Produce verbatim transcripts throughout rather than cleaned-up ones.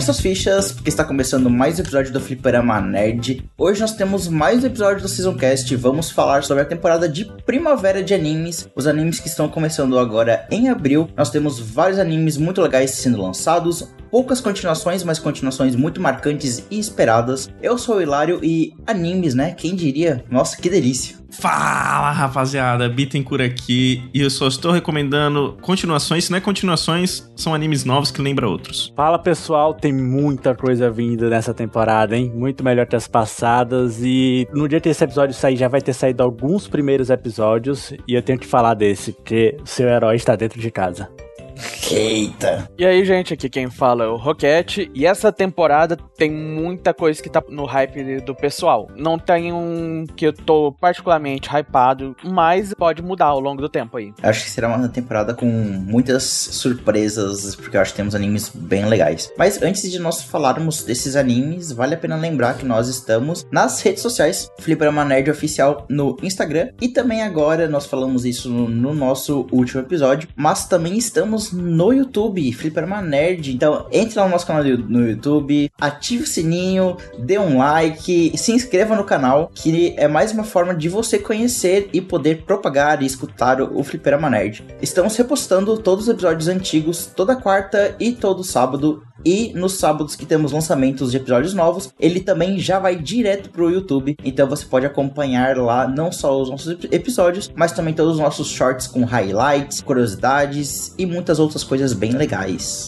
suas fichas, porque está começando mais um episódio do Fliperama Nerd. Hoje nós temos mais um episódio do Seasoncast e vamos falar sobre a temporada de primavera de animes, os animes que estão começando agora em abril. Nós temos vários animes muito legais sendo lançados, poucas continuações, mas continuações muito marcantes e esperadas. Eu sou o Hilário e animes, né? Quem diria? Nossa, que delícia! Fala, rapaziada, Bittencourt aqui, e eu só estou recomendando continuações. Se não é continuações, são animes novos que lembram outros. Fala, pessoal, tem muita coisa vindo nessa temporada, hein? Muito melhor que as passadas, e no dia que esse episódio sair, já vai ter saído alguns primeiros episódios, e eu tenho que falar desse, porque o seu herói está dentro de casa. Eita! E aí, gente, aqui quem fala é o Roquete, e essa temporada tem muita coisa que tá no hype do pessoal. Não tem um que eu tô particularmente hypado, mas pode mudar ao longo do tempo aí. Acho que será uma temporada com muitas surpresas, porque eu acho que temos animes bem legais. Mas antes de nós falarmos desses animes, vale a pena lembrar que nós estamos nas redes sociais, Fliperama Nerd Oficial no Instagram, e também agora nós falamos isso no, no nosso último episódio, mas também estamos no YouTube, Fliperama Nerd. Então entre lá no nosso canal no YouTube, ative o sininho, dê um like, se inscreva no canal, que é mais uma forma de você conhecer e poder propagar e escutar o Fliperama Nerd. Estamos repostando todos os episódios antigos toda quarta e todo sábado, e nos sábados que temos lançamentos de episódios novos, ele também já vai direto pro YouTube, então você pode acompanhar lá não só os nossos episódios, mas também todos os nossos shorts com highlights, curiosidades e muitas outras coisas bem legais.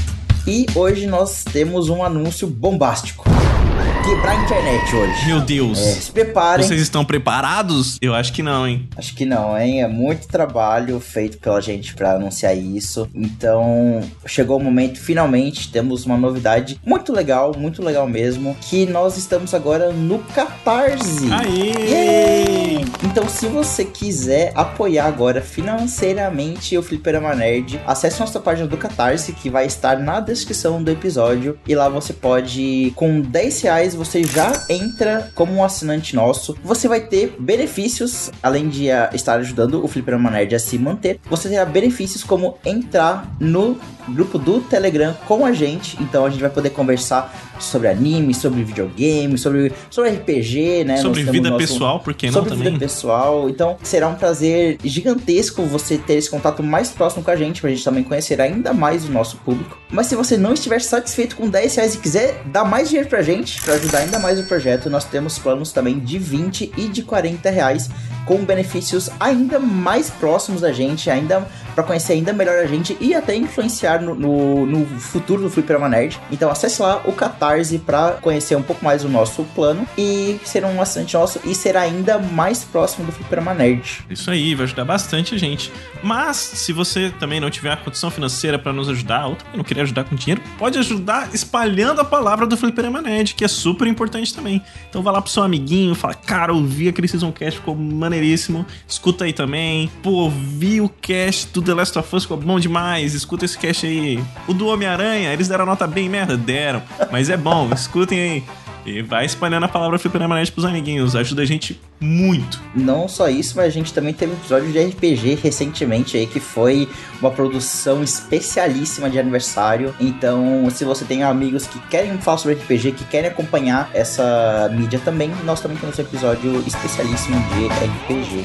E hoje nós temos um anúncio bombástico. Quebrar a internet hoje. Meu Deus. É, se preparem. Vocês estão preparados? Eu acho que não, hein? Acho que não, hein? É muito trabalho feito pela gente pra anunciar isso. Então, chegou o momento, finalmente, temos uma novidade muito legal, muito legal mesmo, que nós estamos agora no Catarse. Aê! Yay! Então, se você quiser apoiar agora financeiramente o Fliperama Nerd, acesse nossa página do Catarse, que vai estar na descrição do episódio, e lá você pode, com dez reais, você já entra como um assinante nosso. Você vai ter benefícios, além de uh, estar ajudando o Fliperama Nerd a se manter, você terá benefícios como entrar no grupo do Telegram com a gente. Então a gente vai poder conversar sobre anime, sobre videogame, sobre, sobre R P G, né? Sobre vida nosso... pessoal, por que não sobre também? Sobre vida pessoal. Então será um prazer gigantesco você ter esse contato mais próximo com a gente, pra gente também conhecer ainda mais o nosso público. Mas se você não estiver satisfeito com dez reais e quiser dar mais dinheiro pra gente, pra ajudar ainda mais o projeto, nós temos planos também de vinte e de quarenta reais, com benefícios ainda mais próximos da gente, ainda para conhecer ainda melhor a gente e até influenciar no, no, no futuro do Fliperama Nerd. Então acesse lá o Catarse para conhecer um pouco mais o nosso plano e ser um assinante nosso e ser ainda mais próximo do Fliperama Nerd. Isso aí, vai ajudar bastante a gente. Mas se você também não tiver a condição financeira para nos ajudar, ou também não querer ajudar com dinheiro, pode ajudar espalhando a palavra do Fliperama Nerd, que é super importante também. Então vai lá pro seu amiguinho, fala: cara, ouvi aquele Seasoncast, ficou maneiríssimo, escuta aí também. Pô, ouvi o cast do The Last of Us, ficou bom demais, escuta esse cast aí. O do Homem-Aranha, eles deram nota bem merda? Deram, mas é bom, escutem aí. E vai espalhando a palavra Fliperama Nerd pros amiguinhos, ajuda a gente muito. Não só isso, mas a gente também teve um episódio de R P G recentemente aí, que foi uma produção especialíssima de aniversário. Então, se você tem amigos que querem falar sobre R P G, que querem acompanhar essa mídia também, nós também temos um episódio especialíssimo de R P G.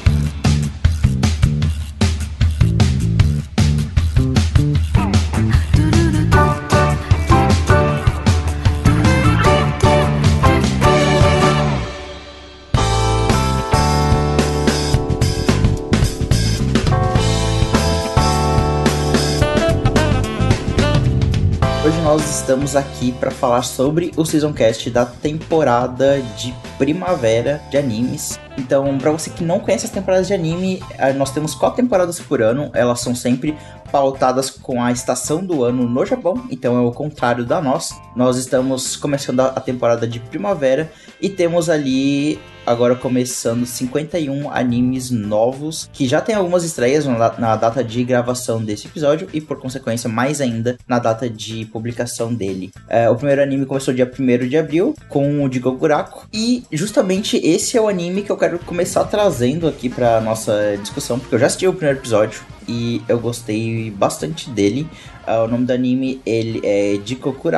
Nós estamos aqui para falar sobre o Seasoncast da temporada de primavera de animes. Então, para você que não conhece as temporadas de anime, nós temos quatro temporadas por ano. Elas são sempre pautadas com a estação do ano no Japão, então é o contrário da nossa. Nós estamos começando a temporada de primavera e temos ali, agora começando, cinquenta e um animes novos, que já tem algumas estreias na, na data de gravação desse episódio e, por consequência, mais ainda na data de publicação dele. É, o primeiro anime começou dia primeiro de abril, com o de Gokuraku, e justamente esse é o anime que eu quero começar trazendo aqui pra nossa discussão, porque eu já assisti o primeiro episódio e eu gostei bastante dele. Uh, o nome do anime ele é Jikokuraku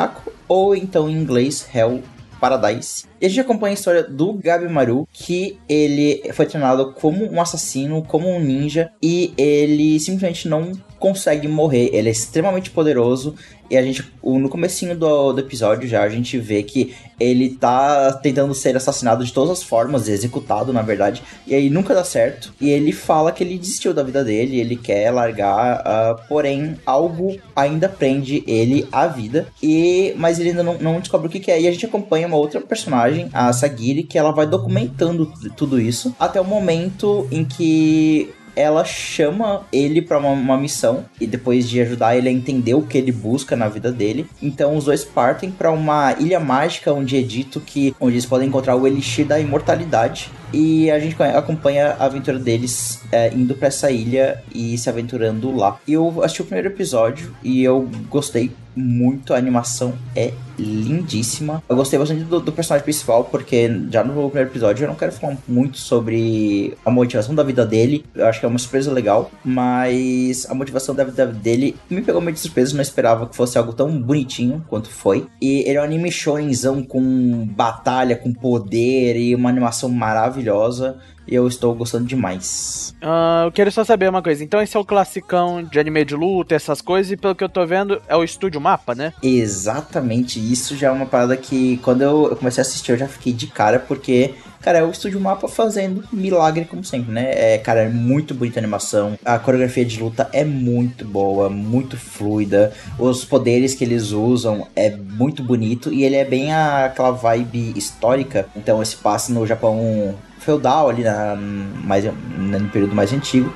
ou então em inglês Hell Paradise. E a gente acompanha a história do Gabimaru, que ele foi treinado como um assassino, como um ninja, e ele simplesmente não consegue morrer. Ele é extremamente poderoso, e a gente, no comecinho do, do episódio já, a gente vê que ele tá tentando ser assassinado de todas as formas, executado, na verdade, e aí nunca dá certo. E ele fala que ele desistiu da vida dele, ele quer largar, uh, porém, algo ainda prende ele à vida, e, mas ele ainda não, não descobre o que, que é. E a gente acompanha uma outra personagem, a Sagiri, que ela vai documentando tudo isso, até o momento em que ela chama ele pra uma, uma missão, e depois de ajudar ele a entender o que ele busca na vida dele, então os dois partem pra uma ilha mágica onde é dito que onde eles podem encontrar o elixir da imortalidade, e a gente acompanha a aventura deles é, indo pra essa ilha e se aventurando lá. E eu assisti o primeiro episódio e eu gostei muito, a animação é lindíssima. Eu gostei bastante do, do personagem principal, porque já no primeiro episódio eu não quero falar muito sobre a motivação da vida dele, eu acho que é uma surpresa legal, mas a motivação da vida dele me pegou meio de surpresa, não esperava que fosse algo tão bonitinho quanto foi. E ele é um anime shonenzão com batalha, com poder e uma animação maravilhosa. E eu estou gostando demais. Uh, eu quero só saber uma coisa. Então esse é o classicão de anime de luta, essas coisas. E pelo que eu tô vendo, é o Estúdio Mapa, né? Exatamente. Isso já é uma parada que quando eu comecei a assistir eu já fiquei de cara. Porque, cara, é o Estúdio Mapa fazendo milagre como sempre, né? É, cara, é muito bonita a animação. A coreografia de luta é muito boa, muito fluida. Os poderes que eles usam é muito bonito. E ele é bem a, aquela vibe histórica. Então esse passa no Japão feudal ali na, mais, no período mais antigo,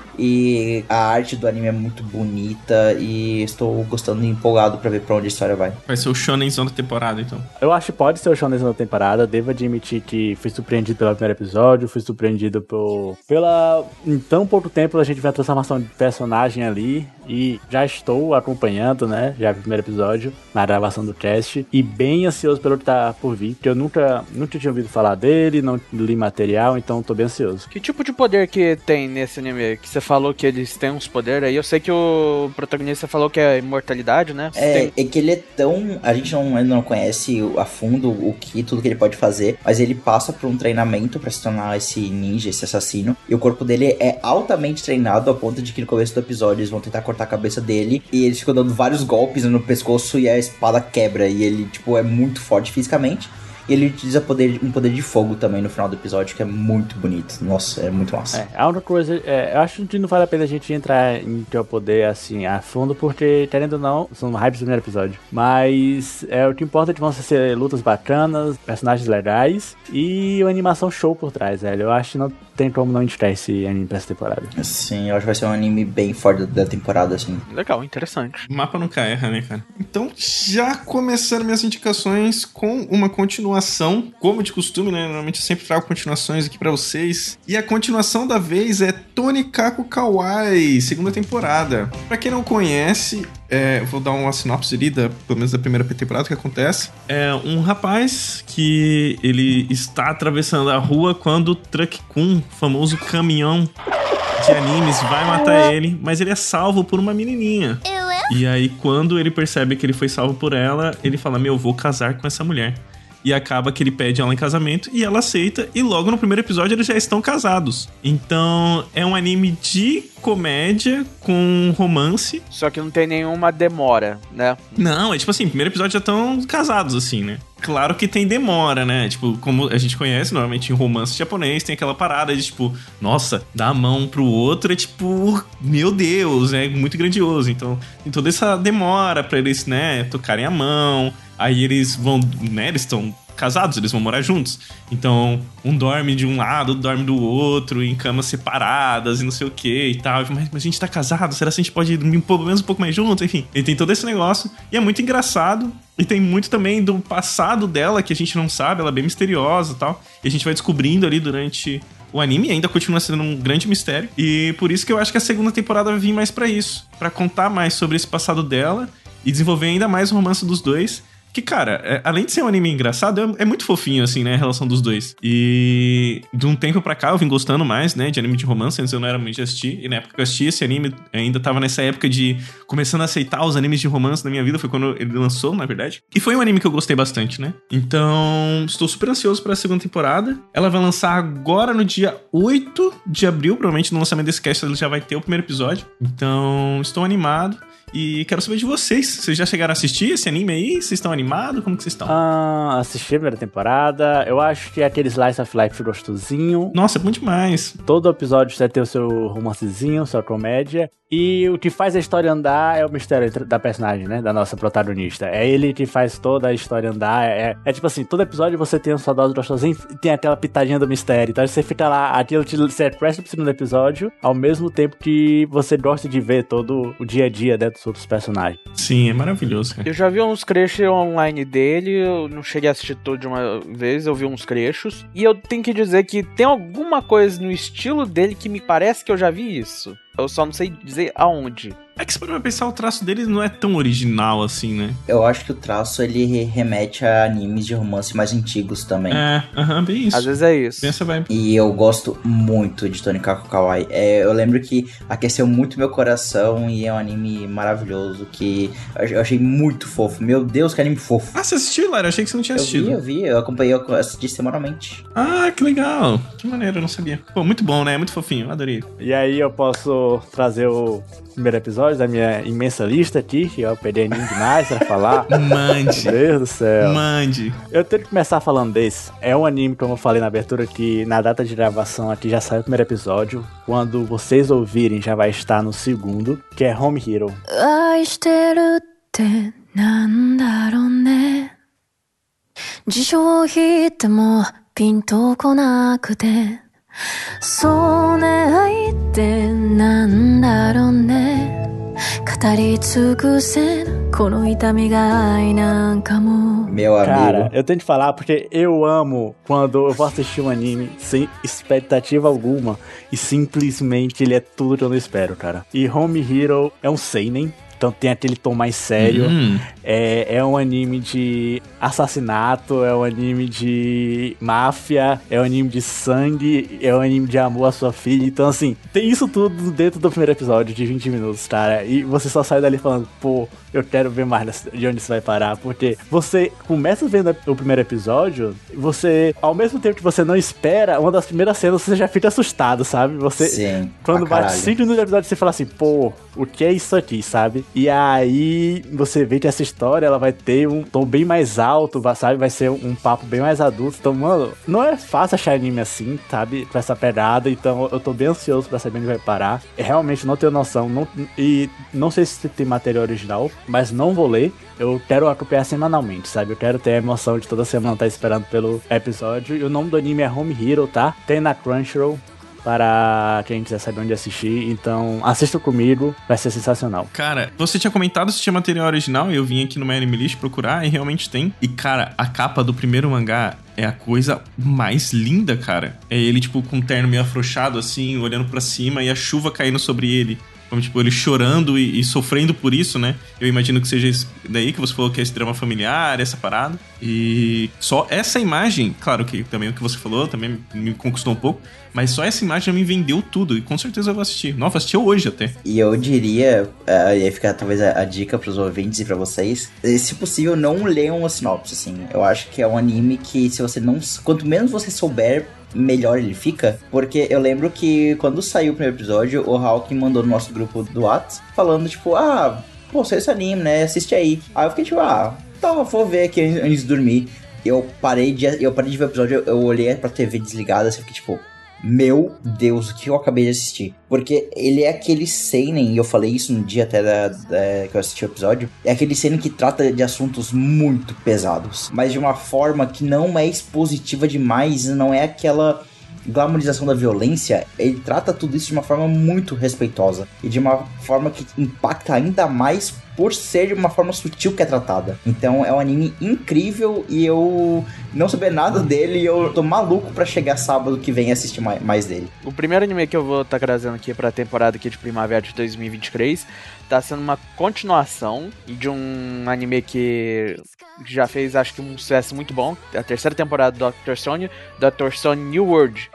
e a arte do anime é muito bonita e estou gostando e empolgado pra ver pra onde a história vai. Vai ser o shonenzão da temporada, então. Eu acho que pode ser o shonenzão da temporada. Devo admitir que fui surpreendido pelo primeiro episódio, fui surpreendido por, pela... Em tão pouco tempo a gente vê a transformação de personagem ali, e já estou acompanhando, né, já vi o primeiro episódio na gravação do cast, e bem ansioso pelo que tá por vir, porque eu nunca, nunca tinha ouvido falar dele, não li material, então tô bem ansioso. Que tipo de poder que tem nesse anime? Que você falou que eles têm uns poderes aí. Eu sei que o protagonista falou que é imortalidade, né? É, tem... é que ele é tão... A gente não, ainda não conhece a fundo o que, tudo que ele pode fazer, mas ele passa por um treinamento pra se tornar esse ninja, esse assassino, e o corpo dele é altamente treinado, ao ponto de que no começo do episódio eles vão tentar cortar a cabeça dele, e eles ficam dando vários golpes no pescoço e a espada quebra, e ele, tipo, é muito forte fisicamente. E ele utiliza poder, um poder de fogo também no final do episódio, que é muito bonito. Nossa, é muito massa. É, a outra coisa, é, eu acho que não vale a pena a gente entrar em teu poder assim a fundo, porque, querendo ou não, são hypes do primeiro episódio. Mas é, o que importa é que vão ser lutas bacanas, personagens legais e uma animação show por trás, velho. Eu acho que não tem como não indicar esse anime pra essa temporada. Sim, eu acho que vai ser um anime bem forte da temporada, assim. Legal, interessante. O mapa nunca erra, né, cara? Então, já começaram minhas indicações com uma continuação, como de costume, né? Normalmente eu sempre trago continuações aqui pra vocês. E a continuação da vez é Tonikaku Kawaii, segunda temporada. Pra quem não conhece, é, vou dar uma sinopse ali, da, pelo menos da primeira temporada, que acontece. É um rapaz que ele está atravessando a rua quando o Truck Kun, famoso caminhão de animes, vai matar ele, mas ele é salvo por uma menininha. E aí, quando ele percebe que ele foi salvo por ela, ele fala, meu, eu vou casar com essa mulher. E acaba que ele pede ela em casamento e ela aceita, e logo no primeiro episódio eles já estão casados. Então é um anime de comédia com romance. Só que não tem nenhuma demora, né? Não, é tipo assim, no primeiro episódio já estão casados, assim, né? Claro que tem demora, né? Tipo, como a gente conhece, normalmente em romance japonês tem aquela parada de tipo, nossa, dar a mão pro outro é tipo, meu Deus, é muito grandioso. Então tem toda essa demora pra eles, né, tocarem a mão. Aí eles vão, né, eles estão casados, eles vão morar juntos. Então, um dorme de um lado, outro dorme do outro, em camas separadas e não sei o que e tal. Mas, mas a gente tá casado, será que a gente pode dormir pelo menos um pouco mais junto? Enfim, e tem todo esse negócio. E é muito engraçado. E tem muito também do passado dela, que a gente não sabe, ela é bem misteriosa e tal. E a gente vai descobrindo ali durante o anime, e ainda continua sendo um grande mistério. E por isso que eu acho que a segunda temporada vai vir mais pra isso. Pra contar mais sobre esse passado dela e desenvolver ainda mais o romance dos dois. Que, cara, é, além de ser um anime engraçado, é, é muito fofinho, assim, né? A relação dos dois. E de um tempo pra cá eu vim gostando mais, né? De anime de romance. Antes eu não era muito de assistir. E na época que eu assisti esse anime, ainda tava nessa época de começando a aceitar os animes de romance na minha vida. Foi quando ele lançou, na verdade. E foi um anime que eu gostei bastante, né? Então, estou super ansioso pra segunda temporada. Ela vai lançar agora no dia oito de abril. Provavelmente no lançamento desse cast ele já vai ter o primeiro episódio. Então, estou animado. E quero saber de vocês. Vocês já chegaram a assistir esse anime aí? Vocês estão animados? Como que vocês estão? Ah, assisti a primeira temporada. Eu acho que é aquele slice of life gostosinho. Nossa, é bom demais. Todo episódio vai ter o seu romancezinho, sua comédia. E o que faz a história andar é o mistério da personagem, né? Da nossa protagonista. É ele que faz toda a história andar. É, é tipo assim, todo episódio você tem um sua dose gostosinho e tem aquela pitadinha do mistério. Então você fica lá, aquilo te sequestra pro segundo episódio, ao mesmo tempo que você gosta de ver todo o dia a dia, né, dos outros personagens. Sim, é maravilhoso, cara. Eu já vi uns trechos online dele, eu não cheguei a assistir tudo de uma vez, eu vi uns trechos. E eu tenho que dizer que tem alguma coisa no estilo dele que me parece que eu já vi isso. Eu só não sei dizer aonde. É que se for pensar, o traço dele não é tão original assim, né? Eu acho que o traço, ele remete a animes de romance mais antigos também. É, aham, uh-huh, bem isso. Às vezes é isso. Bem essa vibe. E eu gosto muito de Tonikaku Kawaii. É, eu lembro que aqueceu muito meu coração e é um anime maravilhoso que eu achei muito fofo. Meu Deus, que anime fofo. Ah, você assistiu, Lara? Eu achei que você não tinha Eu assistido. vi, eu vi. Eu acompanhei, eu assisti semanalmente. Ah, que legal. Que maneiro, eu não sabia. Pô, muito bom, né? Muito fofinho, eu adorei. E aí eu posso trazer o primeiro episódio da minha imensa lista aqui, que eu peguei anime demais pra falar. Mande. Meu Deus do céu. Mande. Eu tenho que começar falando desse. É um anime, como eu falei na abertura, que na data de gravação aqui já saiu o primeiro episódio. Quando vocês ouvirem, já vai estar no segundo, que é Home Hero. 愛してるってなんだろうね辞書を引いてもピンとこなくてそうね愛ってなんだろうね語り尽くせぬこの痛みが愛なんかも Meu amigo. Cara, eu tenho que falar porque eu amo quando eu vou assistir um anime sem expectativa alguma e simplesmente ele é tudo que eu não espero, cara. E Home Hero é um seinen. Então tem aquele tom mais sério. Hum. É, é um anime de assassinato, é um anime de máfia, é um anime de sangue, é um anime de amor à sua filha. Então, assim, tem isso tudo dentro do primeiro episódio de vinte minutos, cara. E você só sai dali falando, pô, eu quero ver mais de onde isso vai parar. Porque você começa vendo o primeiro episódio, você, ao mesmo tempo que você não espera, uma das primeiras cenas você já fica assustado, sabe? Você, Sim, quando pra bate caralho. cinco minutos do episódio, você fala assim, pô, o que é isso aqui, sabe? E aí você vê que essa história ela vai ter um tom bem mais alto, sabe? Vai ser um, um papo bem mais adulto. Então, mano, não é fácil achar anime assim, sabe? Com essa pegada. Então eu tô bem ansioso pra saber onde vai parar. Eu realmente não tenho noção. Não, e não sei se tem material original, mas não vou ler. Eu quero acompanhar semanalmente, sabe? Eu quero ter a emoção de toda semana estar esperando pelo episódio. E o nome do anime é Home Hero, tá? Tem na Crunchyroll. Para quem quiser saber onde assistir. Então, assista comigo, vai ser sensacional. Cara, você tinha comentado se tinha material original e eu vim aqui no My Anime List procurar e realmente tem. E, cara, a capa do primeiro mangá é a coisa mais linda, cara. É ele, tipo, com um terno meio afrouxado, assim, olhando pra cima e a chuva caindo sobre ele. Como, tipo, ele chorando e, e sofrendo por isso, né? Eu imagino que seja isso daí que você falou, que é esse drama familiar, essa parada. E só essa imagem, claro que também o que você falou também me conquistou um pouco, mas só essa imagem já me vendeu tudo. E com certeza eu vou assistir. Não, vou assistir hoje até. E eu diria, uh, e aí fica talvez a, a dica pros ouvintes e pra vocês, se possível, não leiam a sinopse, assim. Eu acho que é um anime que, se você não... Quanto menos você souber, melhor ele fica, porque eu lembro que quando saiu o primeiro episódio, o Hawk mandou no nosso grupo do WhatsApp, falando tipo, ah, pô, saiu esse anime, né, assiste aí. Aí eu fiquei tipo, ah, tá, vou ver aqui antes de dormir. Eu parei de, eu parei de ver o episódio, eu olhei pra T V desligada, assim, fiquei tipo, meu Deus, o que eu acabei de assistir? Porque ele é aquele seinen, e eu falei isso no dia até da, da, que eu assisti o episódio, é aquele seinen que trata de assuntos muito pesados, mas de uma forma que não é expositiva demais, não é aquela glamorização da violência. Ele trata tudo isso de uma forma muito respeitosa e de uma forma que impacta ainda mais por ser de uma forma sutil que é tratada. Então é um anime incrível e eu não sabia nada dele e eu tô maluco pra chegar sábado que vem e assistir mais, mais dele. O primeiro anime que eu vou estar tá trazendo aqui pra temporada aqui de primavera de dois mil e vinte e três tá sendo uma continuação de um anime que que já fez, acho que um sucesso muito bom, a terceira temporada do doutor Stone, doutor Stone New World.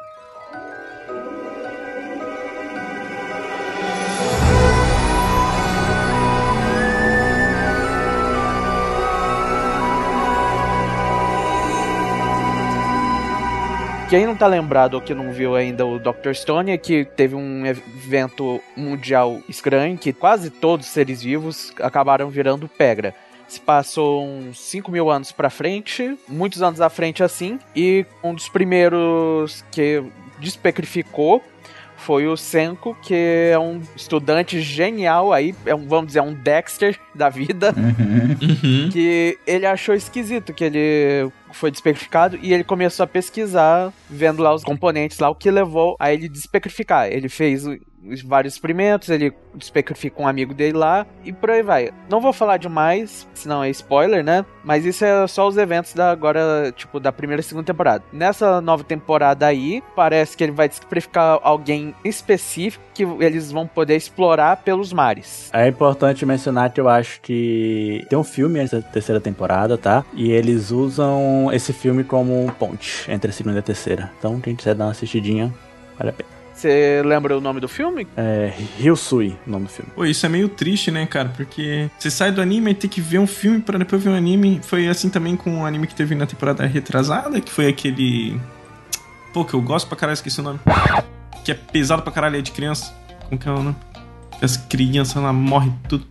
Quem não tá lembrado ou que não viu ainda o doutor Stone é que teve um evento mundial estranho que quase todos os seres vivos acabaram virando pedra. Se passou uns cinco mil anos pra frente, muitos anos à frente assim, e um dos primeiros que despetrificou foi o Senko, que é um estudante genial aí, é um, vamos dizer, um Dexter da vida, Uhum. que ele achou esquisito que ele foi despetrificado e ele começou a pesquisar, vendo lá os componentes lá, o que levou a ele despetrificar. Ele fez vários experimentos, ele despetrifica um amigo dele lá e por aí vai. Não vou falar demais, senão é spoiler, né? Mas isso é só os eventos da agora, tipo, da primeira e segunda temporada. Nessa nova temporada aí, parece que ele vai despetrificar alguém específico que eles vão poder explorar pelos mares. É importante mencionar que eu acho que tem um filme antes da terceira temporada, tá? E eles usam esse filme como um ponte entre a segunda e a terceira. Então, quem quiser dar uma assistidinha, vale a pena. Você lembra o nome do filme? É Ryusui, o nome do filme. Pô, isso é meio triste, né, cara? Porque você sai do anime e tem que ver um filme pra depois ver um anime. Foi assim também com um anime que teve na temporada retrasada, que foi aquele... Pô, que eu gosto pra caralho, esqueci o nome. Que é pesado pra caralho, é de criança. Como que é o nome? Que as crianças lá morrem tudo.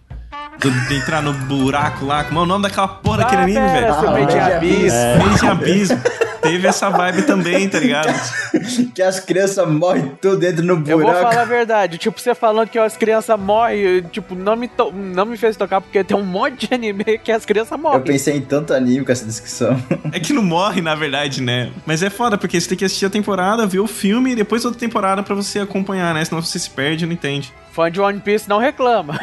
De entrar no buraco lá. Como é o nome daquela porra daquele Ah, anime, pera, velho? seu meio de Ah, abismo. é. Meio de abismo. Teve essa vibe também, tá ligado? Que as crianças morrem tudo dentro no buraco. Eu vou falar a verdade, tipo, você falando que as crianças morrem, tipo, não me, to- não me fez tocar, porque tem um monte de anime que as crianças morrem. Eu pensei em tanto anime com essa descrição. É que não morre, na verdade, né? Mas é foda, porque você tem que assistir a temporada, ver o filme e depois outra temporada pra você acompanhar, né? Senão você se perde e não entende. Fã de One Piece não reclama.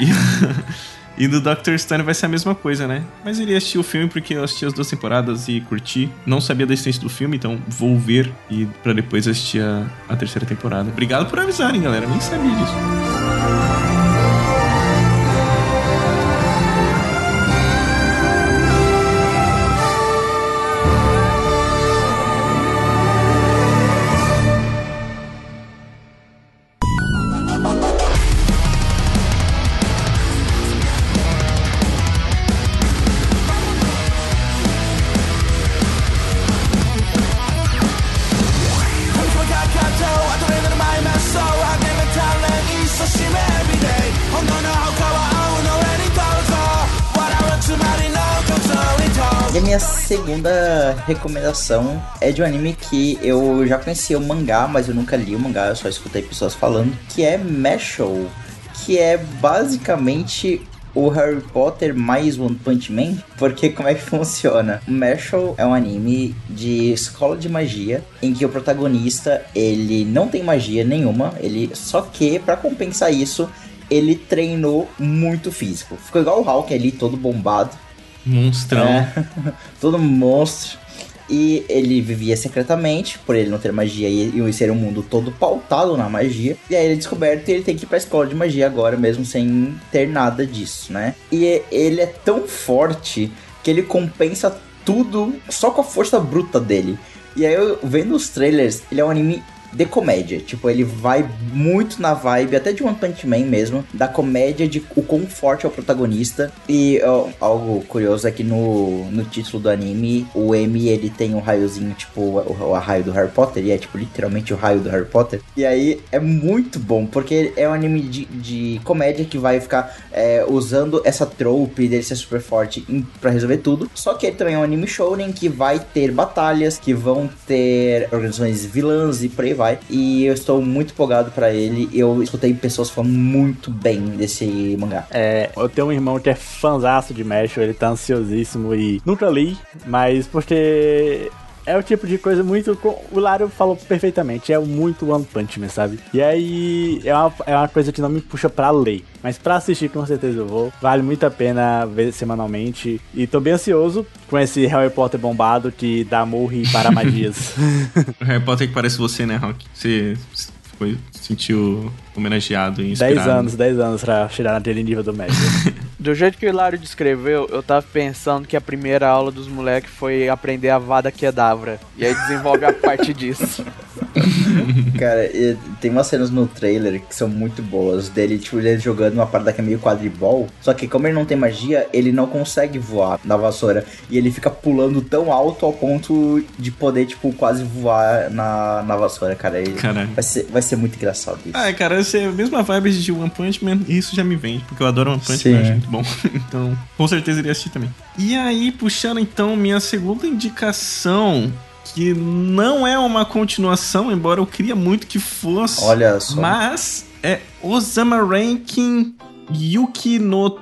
E, e do doutor Stone vai ser a mesma coisa, né? Mas eu iria assistir o filme porque eu assisti as duas temporadas e curti. Não sabia da existência do filme, então vou ver e pra depois assistir a, a terceira temporada. Obrigado por avisarem, galera. Eu nem sabia disso. E a minha segunda recomendação é de um anime que eu já conhecia o mangá, mas eu nunca li o mangá, eu só escutei pessoas falando, que é Mashle, que é basicamente o Harry Potter mais One Punch Man, porque como é que funciona? Mashle é um anime de escola de magia, em que o protagonista, ele não tem magia nenhuma, ele só que, pra compensar isso, ele treinou muito físico. Ficou igual o Hulk ali, todo bombado. Monstrão. É, todo monstro. E ele vivia secretamente, por ele não ter magia e, e ser um mundo todo pautado na magia. E aí ele é descoberto e ele tem que ir pra escola de magia agora, mesmo sem ter nada disso, né? E ele é tão forte que ele compensa tudo só com a força bruta dele. E aí, eu vendo os trailers, ele é um anime de comédia, tipo, ele vai muito na vibe, até de One Punch Man mesmo, da comédia, de o quão forte é o protagonista. E ó, algo curioso é que no, no título do anime, o M, ele tem um raiozinho, tipo, o, o raio do Harry Potter, e é, tipo, literalmente o raio do Harry Potter. E aí, é muito bom, porque é um anime de, de comédia que vai ficar é, usando essa trope dele ser super forte em, pra resolver tudo, só que ele também é um anime shounen que vai ter batalhas, que vão ter organizações vilãs e por aí vai. E eu estou muito empolgado pra ele. Eu escutei pessoas falando muito bem desse mangá. É, eu tenho um irmão que é fãzaço de Mashle, ele tá ansiosíssimo e nunca li, mas porque é o tipo de coisa muito... O Lário falou perfeitamente, é muito One Punch Man, sabe? E aí é uma, é uma coisa que não me puxa pra ler, mas pra assistir com certeza eu vou. Vale muito a pena ver semanalmente. E tô bem ansioso com esse Harry Potter bombado que dá morre para magias. O Harry Potter que parece você, né, Rock? Você foi, se sentiu homenageado e inspirado. dez anos, dez anos pra chegar naquele nível do Mashle. Do jeito que o Hilário descreveu, eu tava pensando que a primeira aula dos moleques foi aprender a Avada Kedavra. E aí desenvolve a parte disso. Cara, tem umas cenas no trailer que são muito boas. Dele, tipo, ele jogando uma parada que é meio quadribol. Só que como ele não tem magia, ele não consegue voar na vassoura. E ele fica pulando tão alto ao ponto de poder, tipo, quase voar na, na vassoura, cara. E vai ser, vai ser muito engraçado isso. Ah, cara, vai ser a mesma vibe de One Punch Man. E isso já me vende, porque eu adoro One Punch Man, acho muito bom. Então, com certeza iria assistir também. E aí, puxando então minha segunda indicação, que não é uma continuação, embora eu queria muito que fosse. Olha só. Mas é Osama Ranking Yuki no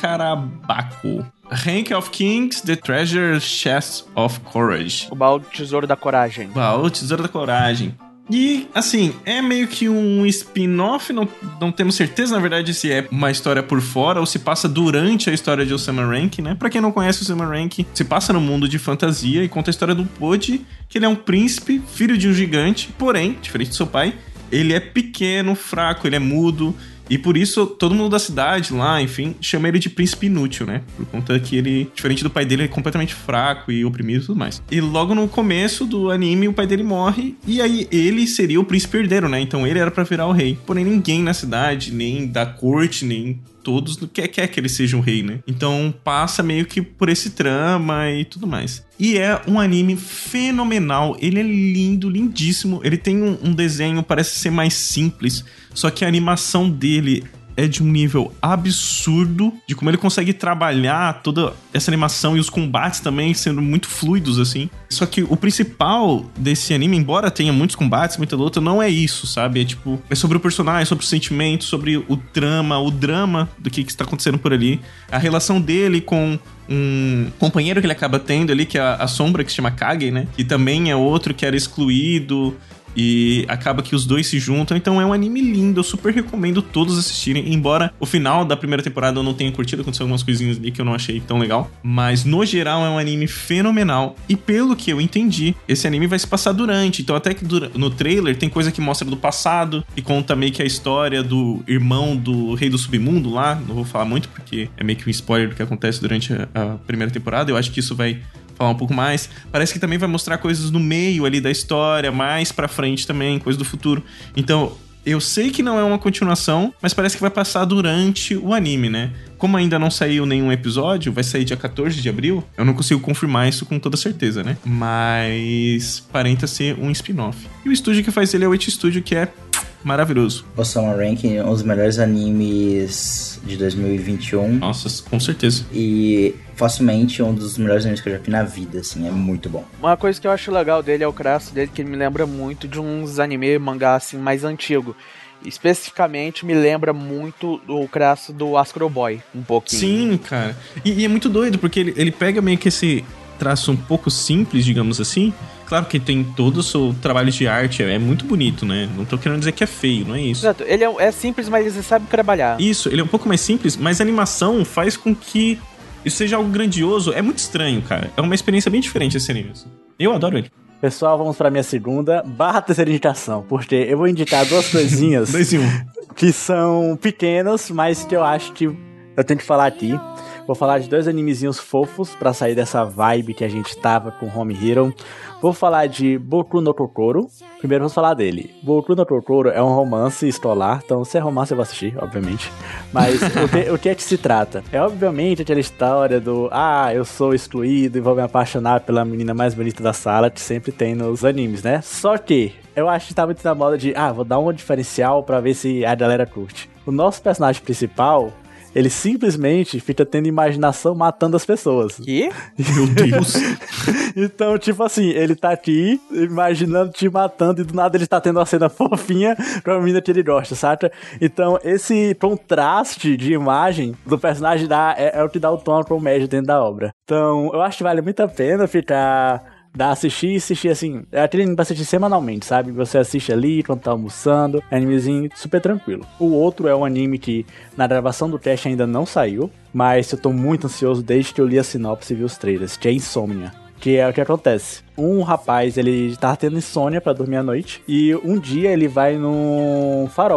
Takarabako. Rank of Kings, The Treasure Chest of Courage. O baú do tesouro da coragem. O baú do tesouro da coragem. E, assim, é meio que um spin-off, não, não temos certeza, na verdade, se é uma história por fora ou se passa durante a história de Osama Ranking, né? Pra quem não conhece, Osama Ranking se passa no mundo de fantasia e conta a história do Poji, que ele é um príncipe, filho de um gigante, porém, diferente do seu pai, ele é pequeno, fraco, ele é mudo. E por isso, todo mundo da cidade lá, enfim, chama ele de príncipe inútil, né? Por conta que ele, diferente do pai dele, é completamente fraco e oprimido e tudo mais. E logo no começo do anime, o pai dele morre, e aí ele seria o príncipe herdeiro, né? Então ele era pra virar o rei. Porém, ninguém na cidade, nem da corte, nem todos quer, quer que ele seja um rei, né? Então passa meio que por esse trama e tudo mais. E é um anime fenomenal, ele é lindo, lindíssimo, ele tem um, um desenho, parece ser mais simples, só que a animação dele é de um nível absurdo, de como ele consegue trabalhar toda essa animação e os combates também sendo muito fluidos, assim. Só que o principal desse anime, embora tenha muitos combates, muita luta, não é isso, sabe? É tipo, é sobre o personagem, sobre o sentimento, sobre o trama, o drama do que, que está acontecendo por ali. A relação dele com um companheiro que ele acaba tendo ali, que é a, a Sombra, que se chama Kage, né? Que também é outro que era excluído. E acaba que os dois se juntam. Então é um anime lindo, eu super recomendo todos assistirem. Embora o final da primeira temporada eu não tenha curtido, aconteceu algumas coisinhas ali que eu não achei tão legal. Mas no geral é um anime fenomenal. E pelo que eu entendi, esse anime vai se passar durante. Então até que no trailer tem coisa que mostra do passado, e conta meio que a história do irmão do Rei do Submundo lá. Não vou falar muito porque é meio que um spoiler do que acontece durante a, a primeira temporada. Eu acho que isso vai falar um pouco mais. Parece que também vai mostrar coisas no meio ali da história, mais pra frente também, coisas do futuro. Então, eu sei que não é uma continuação, mas parece que vai passar durante o anime, né? Como ainda não saiu nenhum episódio, vai sair dia quatorze de abril, eu não consigo confirmar isso com toda certeza, né? Mas aparenta ser um spin-off. E o estúdio que faz ele é o Witch Studio, que é maravilhoso. Osama Ranking, um dos melhores animes de dois mil e vinte e um. Nossa, com certeza. E facilmente um dos melhores animes que eu já vi na vida, assim, é muito bom. Uma coisa que eu acho legal dele é o traço dele, que ele me lembra muito de uns anime, mangá, assim, mais antigo. Especificamente me lembra muito o traço do Astro Boy, um pouquinho. Sim, cara. E, e é muito doido, porque ele, ele pega meio que esse traço um pouco simples, digamos assim. Claro que tem todo o seu trabalho de arte, é muito bonito, né? Não tô querendo dizer que é feio, não é isso. Exato, ele é, é simples, mas ele sabe trabalhar. Isso, ele é um pouco mais simples, mas a animação faz com que isso seja algo grandioso. É muito estranho, cara. É uma experiência bem diferente esse anime. Eu adoro ele. Pessoal, vamos pra minha segunda barra terceira indicação, porque eu vou indicar duas coisinhas Dois em um. que são pequenas, mas que eu acho que eu tenho que falar aqui. Vou falar de dois animezinhos fofos pra sair dessa vibe que a gente tava com Home Hero. Vou falar de Boku no Kokoro. Primeiro vamos falar dele. Boku no Kokoro é um romance escolar, então se é romance eu vou assistir, obviamente. Mas o, que, o que é que se trata? É obviamente aquela história do ah, eu sou excluído e vou me apaixonar pela menina mais bonita da sala, que sempre tem nos animes, né? Só que eu acho que tá muito na moda de ah, vou dar um diferencial pra ver se a galera curte. O nosso personagem principal, ele simplesmente fica tendo imaginação matando as pessoas. Que? Meu Deus. Então, tipo assim, ele tá aqui imaginando te matando e do nada ele tá tendo uma cena fofinha pra uma menina que ele gosta, saca? Então, esse contraste de imagem do personagem dá, é, é o que dá o tom pro médio dentro da obra. Então, eu acho que vale muito a pena ficar... Dá assistir e assistir assim. É aquele anime pra assistir semanalmente, sabe? Você assiste ali quando tá almoçando. É um animezinho super tranquilo. O outro é um anime que na gravação do teste ainda não saiu, mas eu tô muito ansioso desde que eu li a sinopse e vi os trailers, que é Insomnia. Que é o que acontece. Um rapaz, ele tá tendo insônia pra dormir à noite. E um dia ele vai num farol.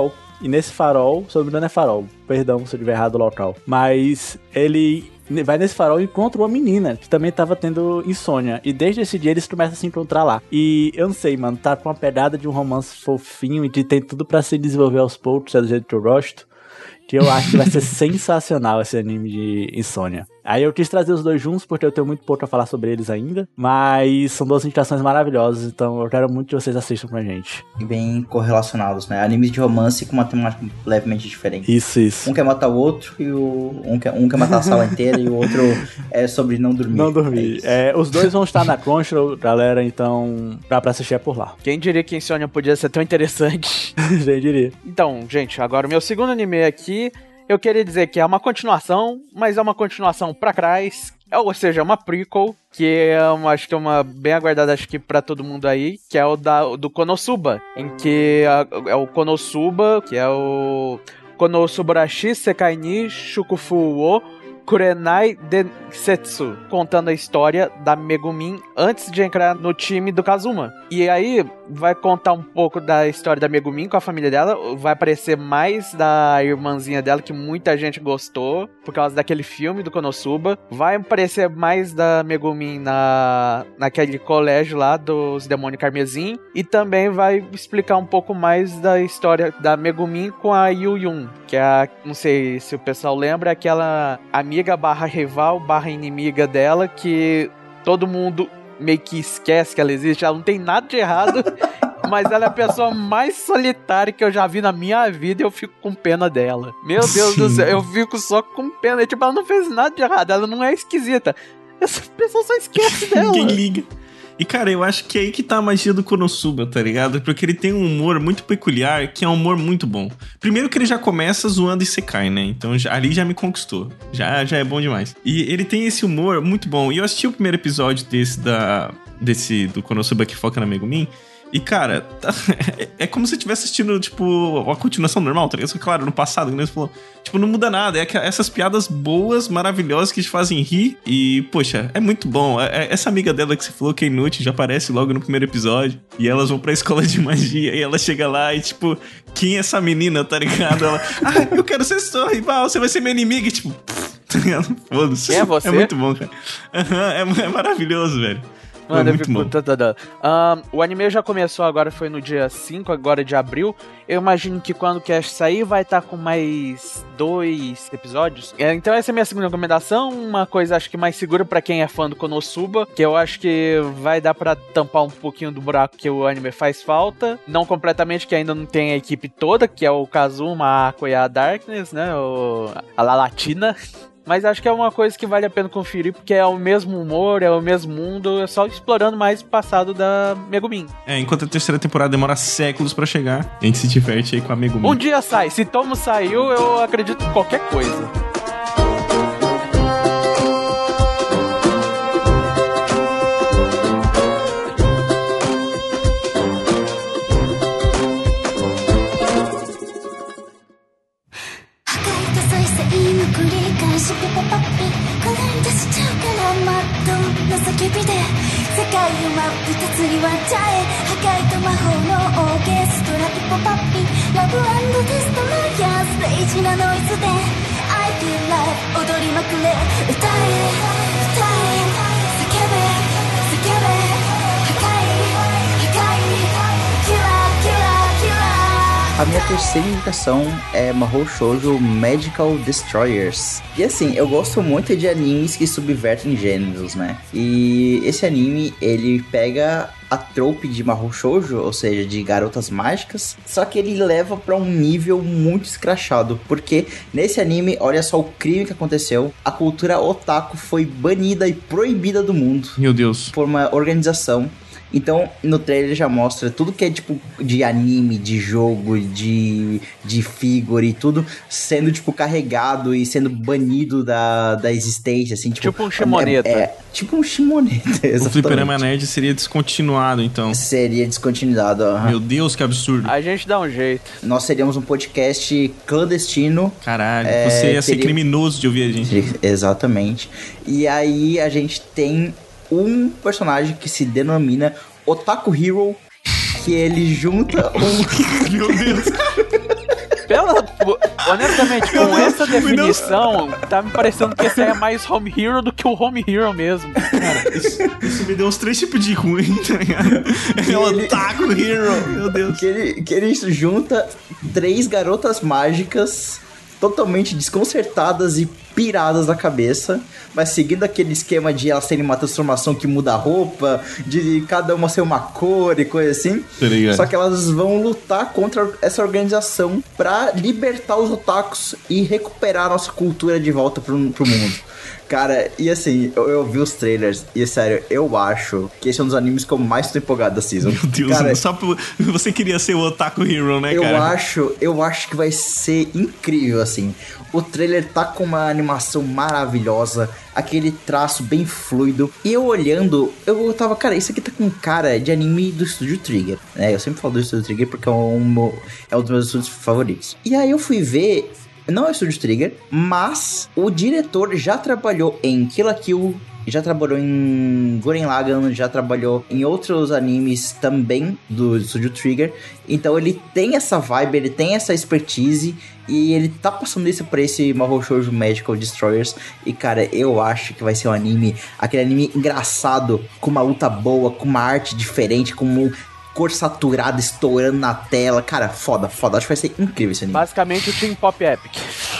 e nesse farol, se eu não me engano é farol, perdão se eu tiver errado o local, mas ele vai nesse farol e encontra uma menina que também tava tendo insônia. E desde esse dia eles começam a se encontrar lá. E eu não sei, mano, tá com uma pegada de um romance fofinho e de tem tudo pra se desenvolver aos poucos, é do jeito que eu gosto. Que eu acho que vai ser sensacional esse anime de insônia. Aí eu quis trazer os dois juntos porque eu tenho muito pouco a falar sobre eles ainda. Mas são duas indicações maravilhosas, então eu quero muito que vocês assistam pra gente. E bem correlacionados, né? Animes de romance com uma temática levemente diferente. Isso, isso. Um quer matar o outro e o... Um quer, um quer matar a sala inteira e o outro é sobre não dormir. Não dormir. É é, os dois vão estar na Crunchyroll, galera, então dá pra assistir é por lá. Quem diria que Insônia podia ser tão interessante? Quem diria. Então, gente, agora o meu segundo anime aqui, eu queria dizer que é uma continuação, mas é uma continuação pra trás, ou seja, é uma prequel, que é uma, acho que é uma bem aguardada, acho que pra todo mundo aí, que é o da, do Konosuba, em que a, é o Konosuba, que é o Konosubarashi Sekai ni Shukufu wo Kurenai Densetsu, contando a história da Megumin antes de entrar no time do Kazuma. E aí vai contar um pouco da história da Megumin com a família dela, vai aparecer mais da irmãzinha dela, que muita gente gostou, por causa daquele filme do Konosuba. Vai aparecer mais da Megumin na, naquele colégio lá dos Demônios Carmesim. E também vai explicar um pouco mais da história da Megumin com a Yu-Yun, que é a, não sei se o pessoal lembra, é aquela amiga barra rival barra inimiga dela, que todo mundo meio que esquece que ela existe. Ela não tem nada de errado, mas ela é a pessoa mais solitária que eu já vi na minha vida e eu fico com pena dela. Meu Deus Sim. do céu, eu fico só com pena. Tipo, ela não fez nada de errado, ela não é esquisita. Essa pessoa só esquece dela. Ninguém liga. E, cara, eu acho que é aí que tá a magia do Konosuba, tá ligado? Porque ele tem um humor muito peculiar, que é um humor muito bom. Primeiro que ele já começa zoando Isekai, né? Então já, ali já me conquistou. Já, já é bom demais. E ele tem esse humor muito bom. E eu assisti o primeiro episódio desse, da, desse do Konosuba que foca na Megumin. E, cara, tá, é, é como se eu estivesse assistindo, tipo, uma continuação normal, tá ligado? Claro, no passado, que nem você falou. Tipo, não muda nada. É que essas piadas boas, maravilhosas, que te fazem rir. E, poxa, é muito bom. É, é, essa amiga dela que você falou que é inútil já aparece logo no primeiro episódio. E elas vão pra escola de magia. E ela chega lá e, tipo, quem é essa menina, tá ligado? Ela, ah, eu quero ser sua rival, você vai ser minha inimiga. E, tipo, tá ligado? Foda-se. É você? É muito bom, cara. Uhum, é, é maravilhoso, velho. Mano, eu fico... um, o anime já começou agora, foi no dia cinco, agora de abril. Eu imagino que quando o cast sair vai estar tá com mais dois episódios. Então essa é a minha segunda recomendação. Uma coisa acho que mais segura pra quem é fã do Konosuba, que eu acho que vai dar pra tampar um pouquinho do buraco que o anime faz falta. Não completamente, que ainda não tem a equipe toda, que é o Kazuma, a Aqua e a Darkness, né? O... a La Latina. Mas acho que é uma coisa que vale a pena conferir, porque é o mesmo humor, é o mesmo mundo, é só explorando mais o passado da Megumin. É, enquanto a terceira temporada demora séculos pra chegar, a gente se diverte aí com a Megumin. Um dia sai, se Tomo saiu, eu acredito em qualquer coisa. A minha terceira indicação é Mahou Shoujo Magical Destroyers. E assim, eu gosto muito de animes que subvertem gêneros, né? E esse anime, ele pega a trope de Mahou Shoujo, ou seja, de garotas mágicas, só que ele leva pra um nível muito escrachado, porque nesse anime, olha só o crime que aconteceu, a cultura otaku foi banida e proibida do mundo. Meu Deus. Por uma organização. Então, no trailer já mostra tudo que é tipo de anime, de jogo, de, de figure e tudo sendo tipo carregado e sendo banido da, da existência, assim, tipo... Tipo um Shimoneta. É, é, tipo um Shimoneta, exatamente. O Fliperama Nerd seria descontinuado, então. Seria descontinuado, aham. Meu Deus, que absurdo. A gente dá um jeito. Nós seríamos um podcast clandestino. Caralho, é, você ia teria... ser criminoso de ouvir a gente. Exatamente. E aí a gente tem um personagem que se denomina Otaku Hero, que ele junta um... Meu Deus. Pelo Honestamente, com essa definição, tá me parecendo que esse é mais Home Hero do que o Home Hero mesmo. Cara, isso, isso me deu uns três tipos de ruim, tá ligado? É o ele... Otaku Hero, meu Deus. Que ele, que ele junta três garotas mágicas totalmente desconcertadas e piradas da cabeça, mas seguindo aquele esquema de elas terem uma transformação que muda a roupa, de cada uma ser uma cor e coisa assim. Tá Só que elas vão lutar contra essa organização pra libertar os otakus e recuperar a nossa cultura de volta pro, pro mundo. Cara, e assim, eu, eu vi os trailers e, sério, eu acho que esse é um dos animes que eu mais tô empolgado da season. Meu Deus, cara, só por... você queria ser o Otaku Hero, né, eu cara? Eu acho, eu acho que vai ser incrível, assim. O trailer tá com uma animação maravilhosa, aquele traço bem fluido. E eu olhando, eu tava, cara, isso aqui tá com cara de anime do Estúdio Trigger, né? Eu sempre falo do Estúdio Trigger porque é um, é um dos meus estúdios favoritos. E aí eu fui ver... Não é o Estúdio Trigger, mas o diretor já trabalhou em Kill la Kill, já trabalhou em Gurren Lagann, já trabalhou em outros animes também do Estúdio Trigger. Então ele tem essa vibe, ele tem essa expertise e ele tá passando isso pra esse Mahou Shoujo Magical Destroyers. E cara, eu acho que vai ser um anime, aquele anime engraçado, com uma luta boa, com uma arte diferente, com um... cor saturada estourando na tela. Cara, foda, foda. Acho que vai ser incrível esse anime. Basicamente o Team Pop Epic.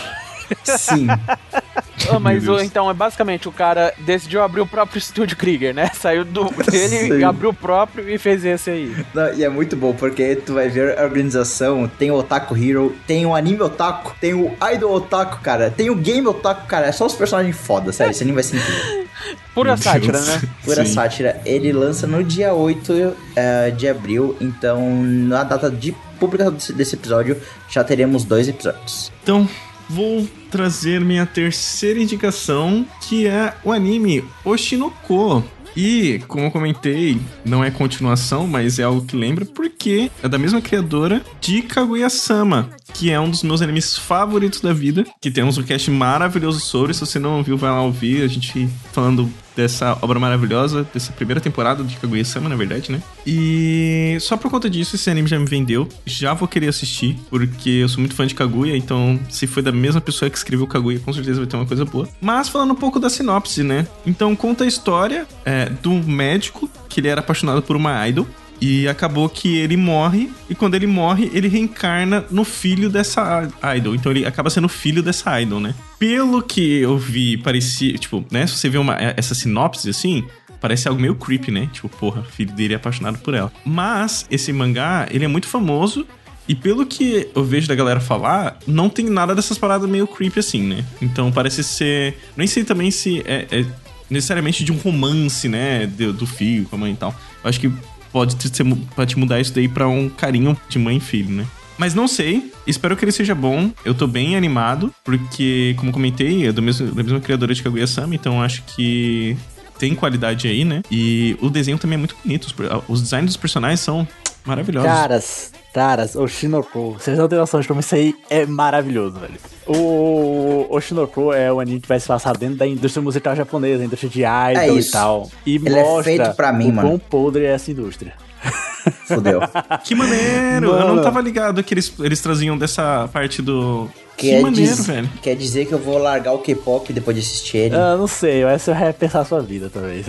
Sim. Oh, mas o, então é basicamente o cara decidiu abrir o próprio estúdio Krieger, né? Saiu do dele e abriu o próprio e fez esse aí. Não, e é muito bom, porque tu vai ver a organização, tem o Otaku Hero, tem o Anime Otaku, tem o Idol Otaku, cara, tem o Game Otaku, cara, é só os personagens foda, sério, esse anime vai ser incrível. Pura sátira, né? Pura Sim. sátira. Ele lança no dia oito uh, de abril, então na data de publicação desse, desse episódio, já teremos dois episódios. Então, vou trazer minha terceira indicação, que é o anime Oshinoko. E, como eu comentei, não é continuação, mas é algo que lembra, porque é da mesma criadora de Kaguya-sama, que é um dos meus animes favoritos da vida, que temos um cast maravilhoso sobre. Se você não ouviu, vai lá ouvir, a gente falando dessa obra maravilhosa, dessa primeira temporada de Kaguya-sama, na verdade, né? E só por conta disso, esse anime já me vendeu. Já vou querer assistir, porque eu sou muito fã de Kaguya, então se foi da mesma pessoa que escreveu Kaguya, com certeza vai ter uma coisa boa. Mas falando um pouco da sinopse, né? Então conta a história é, do médico, que ele era apaixonado por uma idol, e acabou que ele morre, e quando ele morre, ele reencarna no filho dessa idol. Então ele acaba sendo filho dessa idol, né? Pelo que eu vi, parecia... Tipo, né? Se você vê uma, essa sinopse, assim, parece algo meio creepy, né? Tipo, porra, o filho dele é apaixonado por ela. Mas esse mangá, ele é muito famoso, e pelo que eu vejo da galera falar, não tem nada dessas paradas meio creepy assim, né? Então parece ser... Nem sei também se é, é necessariamente de um romance, né? Do, do filho com a mãe e tal. Eu acho que pode, ser, pode mudar isso daí pra um carinho de mãe e filho, né? Mas não sei, espero que ele seja bom. Eu tô bem animado, porque, como comentei, é do mesmo, da mesma criadora de Kaguya-sama, então acho que tem qualidade aí, né? E o desenho também é muito bonito, os, os designs dos personagens são maravilhosos. Caras, caras, Oshinoko, vocês não têm noção de como isso aí é maravilhoso, velho. O Oshinoko é um anime que vai se passar dentro da indústria musical japonesa, indústria de idol É e tal. E Ele é mostra feito pra mim, o mano. quão podre é essa indústria. Fudeu. Que maneiro! Mano. Eu não tava ligado que eles, eles traziam dessa parte do... Que Quer maneiro, diz- velho. Quer dizer que eu vou largar o K-pop depois de assistir ele? Eu não sei, vai ser repensar a sua vida, talvez.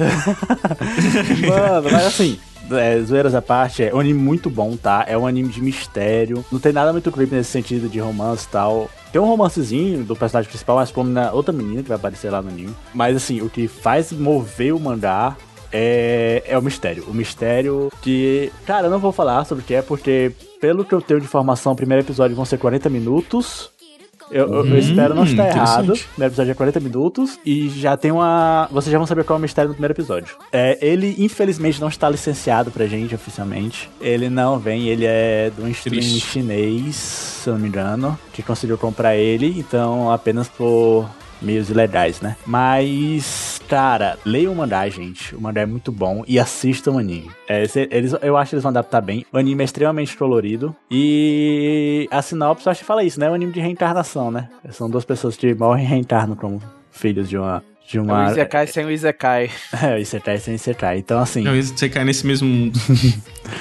Mano, mas assim, é, zoeiras à parte, é um anime muito bom, tá? É um anime de mistério. Não tem nada muito creepy nesse sentido de romance e tal. Tem um romancezinho do personagem principal, mas como na outra menina que vai aparecer lá no anime. Mas assim, o que faz mover o mangá é, é o mistério. O mistério que... Cara, eu não vou falar sobre o que é, porque pelo que eu tenho de informação, o primeiro episódio vão ser quarenta minutos. Eu, eu- eu Hum, espero não estar errado. interessante. O primeiro episódio é quarenta minutos e já tem uma... Vocês já vão saber qual é o mistério no primeiro episódio. É, ele, infelizmente, não está licenciado pra gente oficialmente. Ele não vem, ele é de um stream Triste. chinês, se eu não me engano, que conseguiu comprar ele, então apenas por meios ilegais, né? Mas, cara, leiam o mangá, gente. O mangá é muito bom e assistam o anime. É, cê- eles, eu acho que eles vão adaptar bem. O anime é extremamente colorido e a sinopse, eu acho que fala isso, né? É um anime de reencarnação, né? São duas pessoas que morrem e reencarnam como filhos de uma... De É o uma... Isekai sem o Isekai. É, o Isekai sem Isekai. Então, assim... Não, você cai nesse mesmo mundo.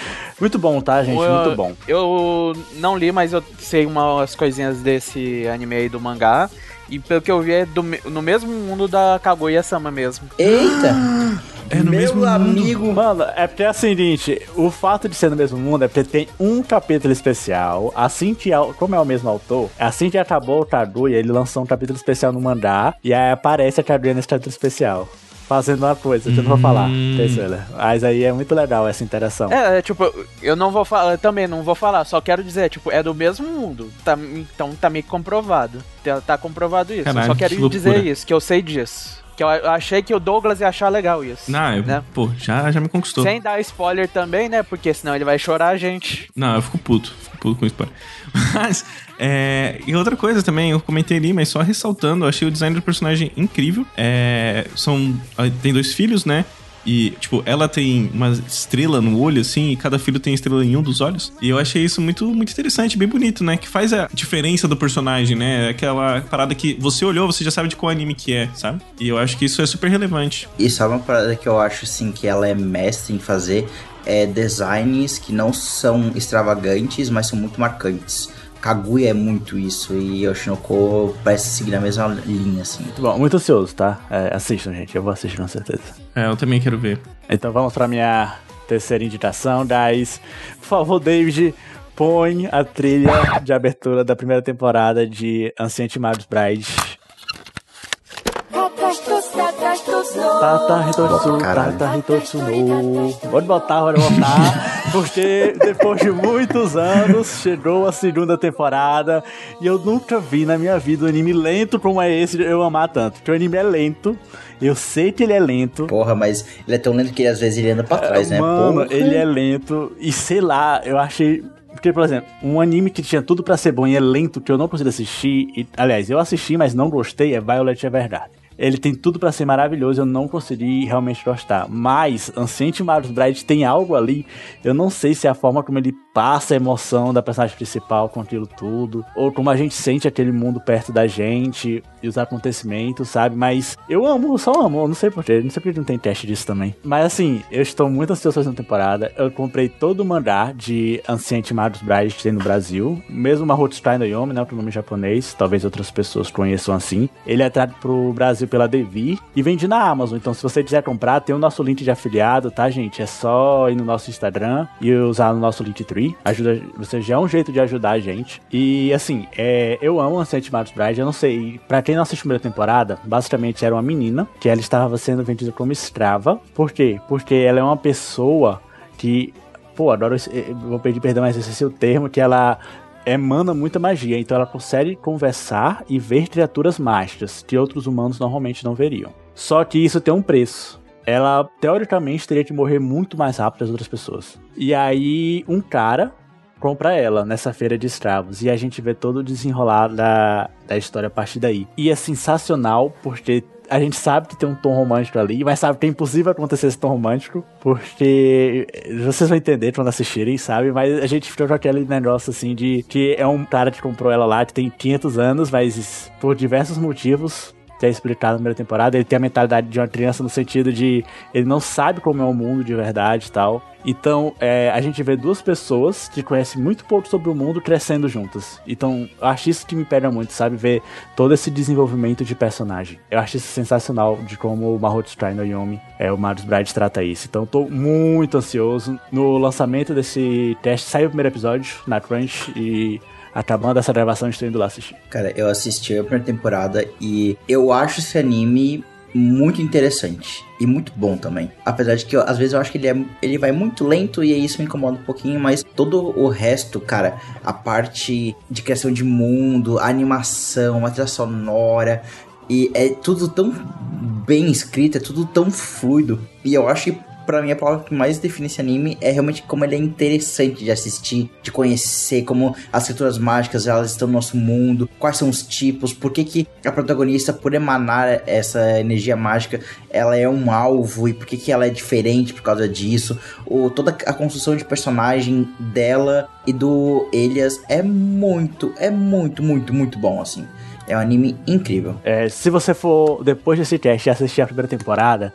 Muito bom, tá, gente? Eu, Muito bom. Eu não li, mas eu sei umas coisinhas desse anime aí do mangá. E pelo que eu vi, é do, no mesmo mundo da Kaguya-sama mesmo. Eita! É no Meu mesmo amigo. mundo. Mano, é porque é o seguinte, o fato de ser no mesmo mundo é porque tem um capítulo especial, assim que, como é o mesmo autor, assim que acabou o Kaguya, ele lançou um capítulo especial no mangá, e aí aparece a Kaguya nesse capítulo especial. Fazendo uma coisa, que eu não vou falar, terceira. Mas aí é muito legal essa interação. É, é, tipo, eu não vou falar, também não vou falar, só quero dizer, tipo, é do mesmo mundo. Tá, então tá meio comprovado. Tá, tá comprovado isso. Caralho, eu só quero que dizer loucura. isso, que eu sei disso. Que eu achei que o Douglas ia achar legal isso. Não, eu, né? pô, já, já me conquistou. Sem dar spoiler também, né? Porque senão ele vai chorar a gente. Não, eu fico puto. Fico puto com spoiler. Mas, é... E outra coisa também, eu comentei ali, mas só ressaltando, eu achei o design do personagem incrível. É... São... Tem dois filhos, né? E, tipo, ela tem uma estrela no olho, assim, e cada filho tem estrela em um dos olhos. E eu achei isso muito, muito interessante, bem bonito, né? Que faz a diferença do personagem, né? Aquela parada que você olhou, você já sabe de qual anime que é, sabe? E eu acho que isso é super relevante. E sabe uma parada que eu acho, assim, que ela é mestre em fazer? É designs que não são extravagantes, mas são muito marcantes. Kaguya é muito isso, e Yoshinoko parece seguir a mesma linha, assim. Muito bom, muito ansioso, tá? É, assistam, gente, eu vou assistir com certeza. É, eu também quero ver. Então vamos pra minha terceira indicação, guys. Por favor, David, põe a trilha de abertura da primeira temporada de Ancient Magus Bride. Tata Hitotsu, Tata Hitotsu no. Pode botar, pode botar. Porque depois de muitos anos chegou a segunda temporada e eu nunca vi na minha vida um anime lento como é esse eu amar tanto. Porque o anime é lento, eu sei que ele é lento. Porra, mas ele é tão lento que às vezes ele anda pra trás, né? Mano, Porra. ele é lento e sei lá, eu achei... Porque, por exemplo, um anime que tinha tudo pra ser bom e é lento, que eu não consigo assistir, e, aliás, eu assisti, mas não gostei, é Violet Evergarden. Ele tem tudo pra ser maravilhoso, eu não consegui realmente gostar. Mas Ancient Magus Bride tem algo ali, eu não sei se é a forma como ele passa a emoção da personagem principal com aquilo tudo, ou como a gente sente aquele mundo perto da gente e os acontecimentos, sabe? Mas eu amo, eu só amo, eu não sei porquê, não sei porque não tem teste disso também. Mas assim, eu estou muito ansioso pra essa temporada. Eu comprei todo o mangá de Ancient Magus Bride que tem no Brasil, mesmo Mahou Tsukai no Yomi, né, o nome japonês, talvez outras pessoas conheçam assim. Ele é trazido pro Brasil pela Devi e vende na Amazon, então se você quiser comprar, tem o nosso link de afiliado, tá, gente? É só ir no nosso Instagram e usar o nosso Linktree. Ajuda, você já é um jeito de ajudar a gente. E assim, é, eu amo Ancient Magus Bride, eu não sei, pra quem não assistiu a primeira temporada, basicamente era uma menina que ela estava sendo vendida como escrava. Por quê? Porque ela é uma pessoa que, pô, adoro, vou pedir perdão, mas esse é o termo, que ela emana muita magia, então ela consegue conversar e ver criaturas mágicas que outros humanos normalmente não veriam. Só que isso tem um preço. Ela, teoricamente, teria que morrer muito mais rápido que as outras pessoas. E aí, um cara compra ela nessa feira de escravos. E a gente vê todo o desenrolar da, da história a partir daí. E é sensacional, porque a gente sabe que tem um tom romântico ali, mas sabe que é impossível acontecer esse tom romântico, porque vocês vão entender quando assistirem, sabe? Mas a gente ficou com aquele negócio assim de que é um cara que comprou ela lá, que tem quinhentos anos, mas por diversos motivos, que é explicado na primeira temporada, ele tem a mentalidade de uma criança no sentido de ele não sabe como é o mundo de verdade e tal. Então, é, a gente vê duas pessoas que conhecem muito pouco sobre o mundo crescendo juntas. Então, eu acho isso que me pega muito, sabe? Ver todo esse desenvolvimento de personagem. Eu acho isso sensacional de como o Mahou Tsukai no Yomi, é, o Magus Bride trata isso. Então, eu tô muito ansioso. No lançamento desse teste, saiu o primeiro episódio na Crunch e... acabando essa gravação, estou indo lá assistir. Cara, eu assisti a primeira temporada e eu acho esse anime muito interessante e muito bom também. Apesar de que eu, às vezes eu acho que ele, é, ele vai muito lento e isso me incomoda um pouquinho, mas todo o resto, cara, a parte de criação de mundo, a animação, a trilha sonora, e é tudo tão bem escrito, é tudo tão fluido. E eu acho que pra mim a palavra que mais define esse anime é realmente como ele é interessante de assistir, de conhecer, como as criaturas mágicas elas estão no nosso mundo, quais são os tipos, por que que a protagonista, por emanar essa energia mágica, ela é um alvo e por que que ela é diferente por causa disso, ou toda a construção de personagem dela e do Elias é muito, é muito, muito, muito bom, assim. É um anime incrível. É, se você for, depois desse teste, assistir a primeira temporada,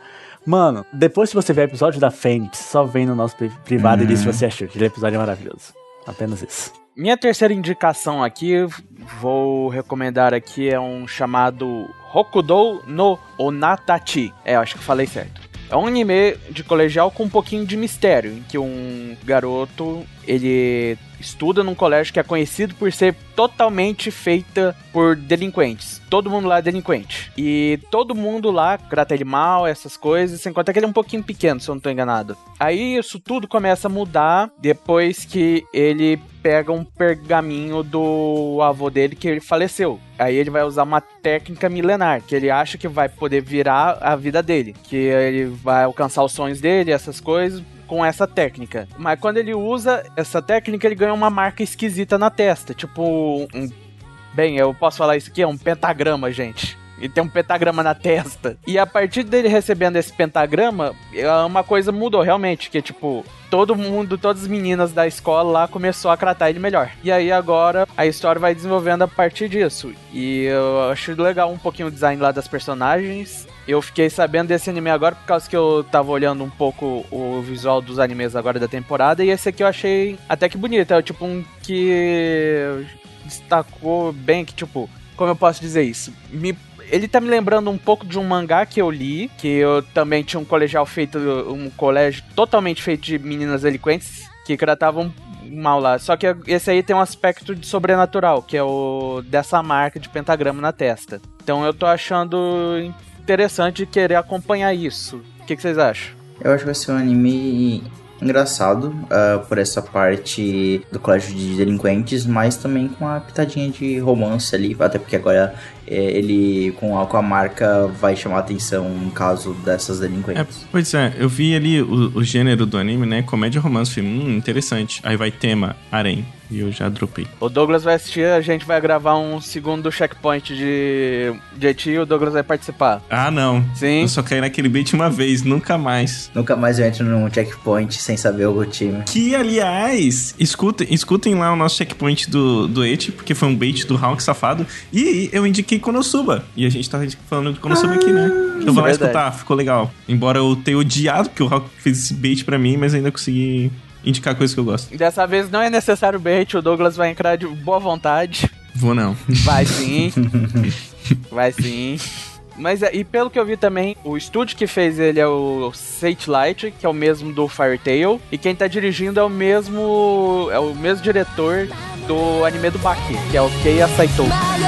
Mano, depois se você ver o episódio da Fênix, só vem no nosso privado Uhum. e diz se você achou. Aquele episódio é maravilhoso. Apenas isso. Minha terceira indicação aqui, vou recomendar aqui, é um chamado Rokudou no Onatachi. É, acho que falei certo. É um anime de colegial com um pouquinho de mistério, em que um garoto, ele estuda num colégio que é conhecido por ser totalmente feita por delinquentes. Todo mundo lá é delinquente. E todo mundo lá trata ele mal, essas coisas, sem contar que ele é um pouquinho pequeno, se eu não tô enganado. Aí isso tudo começa a mudar depois que ele pega um pergaminho do avô dele que ele faleceu. Aí ele vai usar uma técnica milenar, que ele acha que vai poder virar a vida dele. Que ele vai alcançar os sonhos dele, essas coisas, com essa técnica. Mas quando ele usa essa técnica, ele ganha uma marca esquisita na testa. Tipo, um... bem, eu posso falar isso aqui, é um pentagrama, gente. Ele tem um pentagrama na testa. E a partir dele recebendo esse pentagrama, uma coisa mudou realmente, que tipo, todo mundo, todas as meninas da escola lá começou a tratar ele melhor. E aí agora a história vai desenvolvendo a partir disso. E eu acho legal um pouquinho o design lá das personagens. Eu fiquei sabendo desse anime agora por causa que eu tava olhando um pouco o visual dos animes agora da temporada. E esse aqui eu achei até que bonito. É tipo um que destacou bem, que tipo, como eu posso dizer isso? Me Ele tá me lembrando um pouco de um mangá que eu li, que eu também tinha um colegial feito, um colégio totalmente feito de meninas delinquentes, que tratavam mal lá. Só que esse aí tem um aspecto de sobrenatural, que é o dessa marca de pentagrama na testa. Então eu tô achando interessante querer acompanhar isso. O que, que vocês acham? Eu acho que vai ser um anime engraçado uh, por essa parte do colégio de delinquentes, mas também com uma pitadinha de romance ali, até porque agora é, ele com a, com a marca vai chamar a atenção no caso dessas delinquentes. É, pois é, eu vi ali o, o gênero do anime, né, comédia romance, falei, hum, interessante. Aí vai tema, harém, e eu já dropei. O Douglas vai assistir, a gente vai gravar um segundo checkpoint de de Eti e o Douglas vai participar. Ah, não. Sim. Eu só caí naquele bait uma vez, nunca mais. Nunca mais eu entro num checkpoint sem saber o time. Que, aliás, escutem, escutem lá o nosso checkpoint do, do Eti, porque foi um bait do Hawk safado. E eu indiquei Konosuba. E a gente tá falando de Konosuba ah, aqui, né? Eu vou lá verdade. escutar, ficou legal. Embora eu tenha odiado, porque o Hawk fez esse bait pra mim, mas ainda consegui indicar coisas que eu gosto. Dessa vez não é necessário bait, o Douglas vai entrar de boa vontade. Vou não. Vai sim. Vai sim. Mas e pelo que eu vi também, o estúdio que fez ele é o Satelight, que é o mesmo do Fairy Tail, e quem tá dirigindo é o mesmo é o mesmo diretor do anime do Baki, que é o Kei Saito.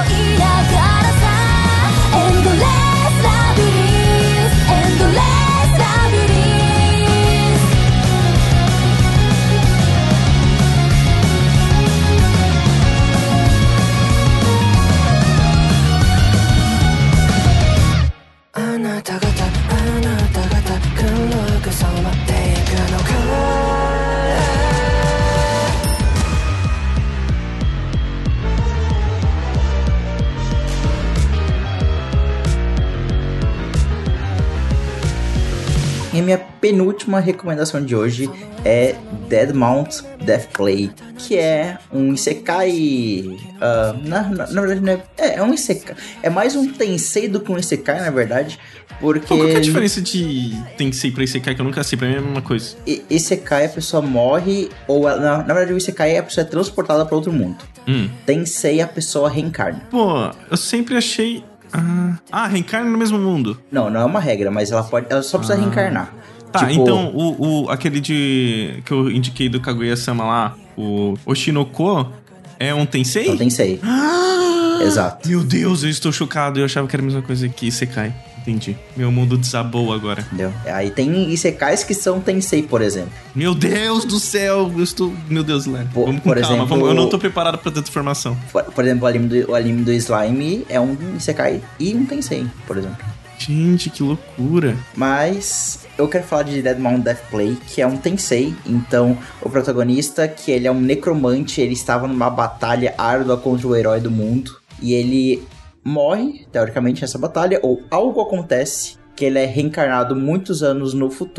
E a minha penúltima recomendação de hoje é Dead Mount Death Play, que é um isekai... Uh, na, na, na verdade, não é, é, é um isekai. É mais um tensei do que um isekai, na verdade, porque... Pô, qual que é a diferença de tensei pra isekai, que eu nunca sei, pra mim é a mesma coisa? I, isekai, a pessoa morre, ou... Na, na verdade, o isekai é a pessoa é transportada pra outro mundo. Hum. Tensei, a pessoa reencarna. Pô, eu sempre achei... Ah, ah, reencarna no mesmo mundo. Não, não é uma regra, mas ela pode, ela só precisa ah. reencarnar. Tá, tipo... então o, o, aquele de que eu indiquei do Kaguya-sama lá, o Oshinoko, é um tensei? É um tensei. Ah, exato. Meu Deus, eu estou chocado. Eu achava que era a mesma coisa que Isekai. Entendi. Meu mundo desabou agora. Entendeu? Aí tem Isekais que são tensei, por exemplo. Meu Deus do céu, eu estou... Meu Deus, Léo. Vamos com por calma. Exemplo, Vamos... Eu não tô preparado pra tanta informação. Por, por exemplo, o anime, do, o anime do Slime é um Isekai e um tensei, por exemplo. Gente, que loucura. Mas eu quero falar de Dead Mount Death Play, que é um tensei. Então, o protagonista, que ele é um necromante, ele estava numa batalha árdua contra o herói do mundo. E ele morre, teoricamente, nessa batalha, ou algo acontece que ele é reencarnado muitos anos no futuro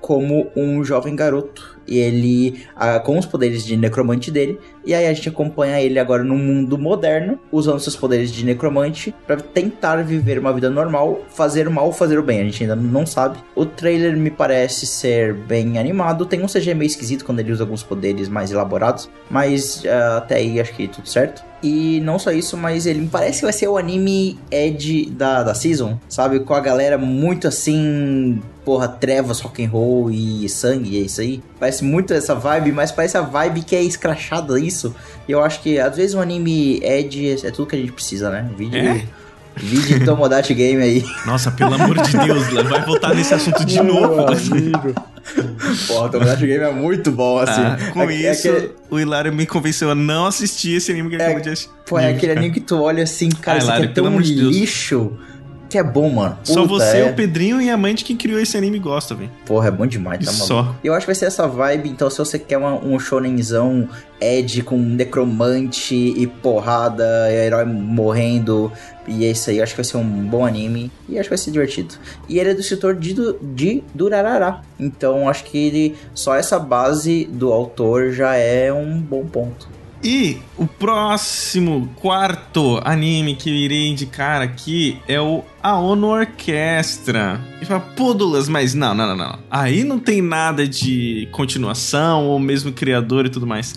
como um jovem garoto. E ele, ah, com os poderes de necromante dele, e aí a gente acompanha ele agora no mundo moderno, usando seus poderes de necromante pra tentar viver uma vida normal, fazer o mal ou fazer o bem, a gente ainda não sabe. O trailer me parece ser bem animado, tem um C G meio esquisito quando ele usa alguns poderes mais elaborados, mas uh, até aí acho que tudo certo. E não só isso, mas ele me parece que vai ser o anime Ed da, da season, sabe? Com a galera muito assim, porra, trevas, rock'n'roll e sangue, é isso aí. Parece muito essa vibe, mas parece a vibe que é escrachada isso. E eu acho que às vezes um anime Ed é, é tudo que a gente precisa, né? Vídeo... É? Vídeo de Tomodachi Game aí. Nossa, pelo amor de Deus, vai voltar nesse assunto de novo. Porra, o Tomodachi Game é muito bom, assim. Ah, com é, isso, é aquele... o Hilário me convenceu a não assistir esse anime que ele é, acabou de assistir. Pô, é aquele anime que tu olha assim, cara, ah, isso aqui é tão um lixo que é bom, mano. Puta, Só você, é... o Pedrinho e a mãe de quem criou esse anime gosta, velho. Porra, é bom demais, tá maluco. Só. Eu acho que vai ser essa vibe, então se você quer uma, um shonenzão Ed com necromante e porrada, e herói morrendo, e é isso aí, eu acho que vai ser um bom anime, e acho que vai ser divertido. E ele é do escritor de, de Durarara, então acho que ele, só essa base do autor já é um bom ponto. E o próximo, quarto anime que eu irei indicar aqui é o Aono Orquestra. E fala, pô, Douglas, mas não, não, não, não. Aí não tem nada de continuação ou mesmo criador e tudo mais.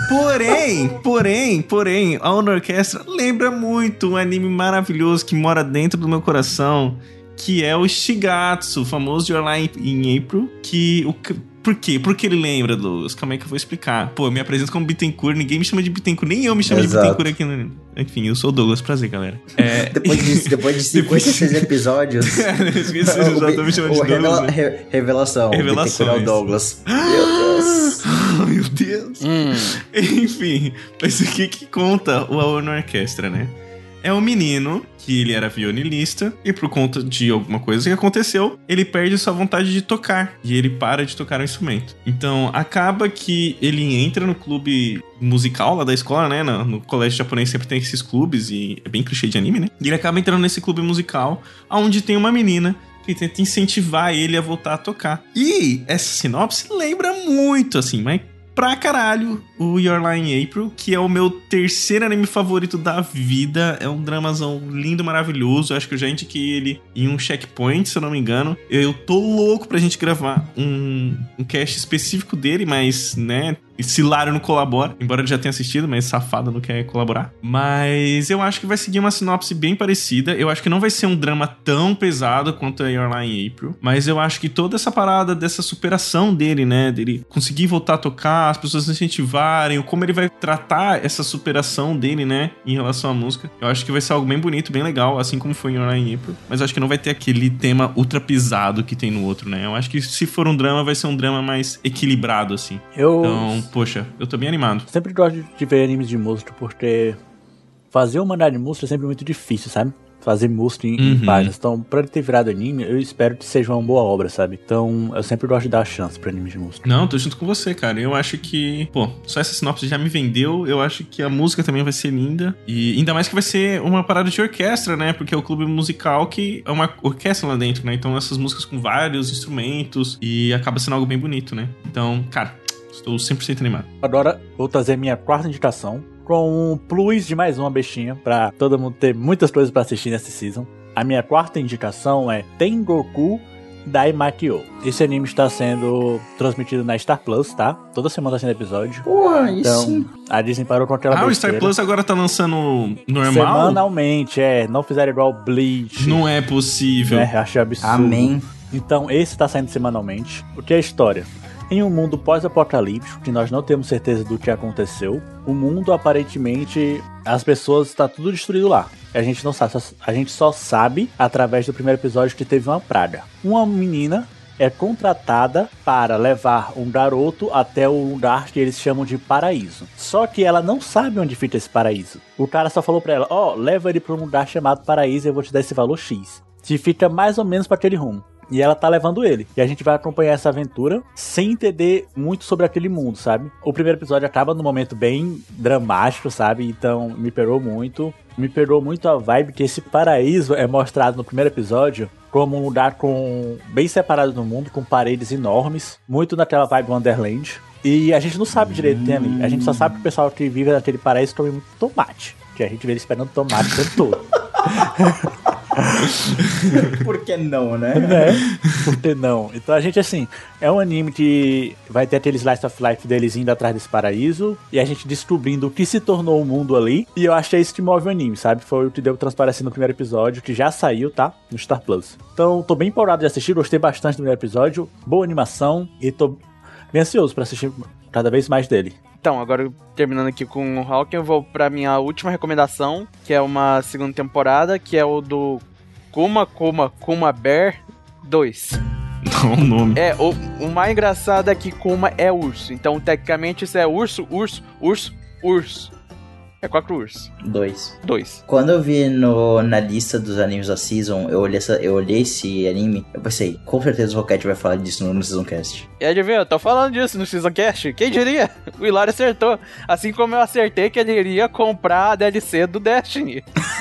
Porém, porém, porém, Aono Orquestra lembra muito um anime maravilhoso que mora dentro do meu coração, que é o Shigatsu, o famoso Your Lie in April, que o... Por quê? Por que ele lembra, Douglas? Calma aí que eu vou explicar. Pô, eu me apresento como Bittencourt, ninguém me chama de Bittencourt, nem eu me chamo Exato. de Bittencourt aqui no... Enfim, eu sou o Douglas, prazer, galera. É... depois, de, depois de cinquenta e seis episódios... é, esqueci, eu já tô me chamando de revela, Douglas. Re, revelação, Revelação. É o Douglas. Meu Deus. Oh, meu Deus. Hum. Enfim, mas o que que conta o Aono Orquestra, né? É um menino que ele era violinista e por conta de alguma coisa que aconteceu, ele perde sua vontade de tocar e ele para de tocar o instrumento. Então, acaba que ele entra no clube musical lá da escola, né? No, no colégio japonês sempre tem esses clubes e é bem clichê de anime, né? E ele acaba entrando nesse clube musical onde tem uma menina que tenta incentivar ele a voltar a tocar. E essa sinopse lembra muito, assim, mas pra caralho, o Your Lie in April, que é o meu terceiro anime favorito da vida. É um dramazão lindo, maravilhoso. Eu acho que eu já indiquei ele em um checkpoint, se eu não me engano. Eu tô louco pra gente gravar um, um cast específico dele, mas, né, esse Hilário não colabora, embora ele já tenha assistido, mas safado não quer colaborar. Mas eu acho que vai seguir uma sinopse bem parecida. Eu acho que não vai ser um drama tão pesado quanto a Your Lie in April, mas eu acho que toda essa parada dessa superação dele, né, dele conseguir voltar a tocar, as pessoas incentivarem, como ele vai tratar essa superação dele, né, em relação à música, eu acho que vai ser algo bem bonito, bem legal, assim como foi em Your Lie in April, mas eu acho que não vai ter aquele tema ultra pisado que tem no outro, né. Eu acho que se for um drama, vai ser um drama mais equilibrado, assim. Eu... Então, poxa, eu tô bem animado. Sempre gosto de ver animes de monstro, porque fazer uma mangá de monstro é sempre muito difícil, sabe? Fazer monstro em, uhum. em páginas. Então, pra ele ter virado anime, eu espero que seja uma boa obra, sabe? Então, eu sempre gosto de dar a chance pra animes de monstro. Não, tô junto com você, cara. Eu acho que, pô, só essa sinopse já me vendeu. Eu acho que a música também vai ser linda. E ainda mais que vai ser uma parada de orquestra, né? Porque é o clube musical que é uma orquestra lá dentro, né? Então, essas músicas com vários instrumentos e acaba sendo algo bem bonito, né? Então, cara, estou cem por cento animado. Agora, vou trazer minha quarta indicação com um plus de mais uma bestinha pra todo mundo ter muitas coisas pra assistir nessa season. A minha quarta indicação é Tengoku Daimakyo. Esse anime está sendo transmitido na Star Plus, tá? Toda semana tá sendo episódio. Porra, então, isso. A Disney parou com aquela Ah, besteira. o Star Plus agora tá lançando normal? Semanalmente, é. Não fizeram igual Bleach. Não é possível. É, achei absurdo. Amém. Então, esse tá saindo semanalmente. O que é a história? Em um mundo pós-apocalíptico, que nós não temos certeza do que aconteceu, o mundo, aparentemente, as pessoas, está tudo destruído lá. A gente não sabe, a gente só sabe, através do primeiro episódio, que teve uma praga. Uma menina é contratada para levar um garoto até o lugar que eles chamam de paraíso. Só que ela não sabe onde fica esse paraíso. O cara só falou pra ela, ó, oh, leva ele para um lugar chamado paraíso e eu vou te dar esse valor X. Que fica mais ou menos para aquele rumo. e ela tá levando ele. E a gente vai acompanhar essa aventura sem entender muito sobre aquele mundo, sabe? O primeiro episódio acaba num momento bem dramático, sabe? Então me pegou muito. Me pegou muito a vibe que esse paraíso é mostrado no primeiro episódio como um lugar com bem separado do mundo, com paredes enormes, muito naquela vibe Wonderland. E a gente não sabe direito o que tem ali. A gente só sabe que o pessoal que vive naquele paraíso come muito tomate. Que a gente vê ele esperando tomate o tempo todo. Por que não, né? né? Por que não? Então a gente, assim, é um anime que vai ter aquele slice of life deles indo atrás desse paraíso e a gente descobrindo o que se tornou o mundo ali. E eu achei isso que move o anime, sabe? Foi o que deu transparência no primeiro episódio, que já saiu, tá? No Star Plus. Então tô bem empolgado de assistir, gostei bastante do primeiro episódio. Boa animação e tô bem ansioso pra assistir cada vez mais dele. Então, agora terminando aqui com o Hawking, eu vou pra minha última recomendação, que é uma segunda temporada, que é o do Kuma Kuma Kuma Bear dois. Não, o nome. É, o, o mais engraçado é que Kuma é urso. Então, tecnicamente, isso é urso, urso, urso, urso. É quatro ursos. Dois. Dois. Quando eu vi no, na lista dos animes da Season, eu olhei, essa, eu olhei esse anime, eu pensei, com certeza o Rocket vai falar disso no, no Seasoncast. E adivinha, eu tô falando disso no Seasoncast. Quem diria? O Hilário acertou. Assim como eu acertei que ele iria comprar a D L C do Destiny.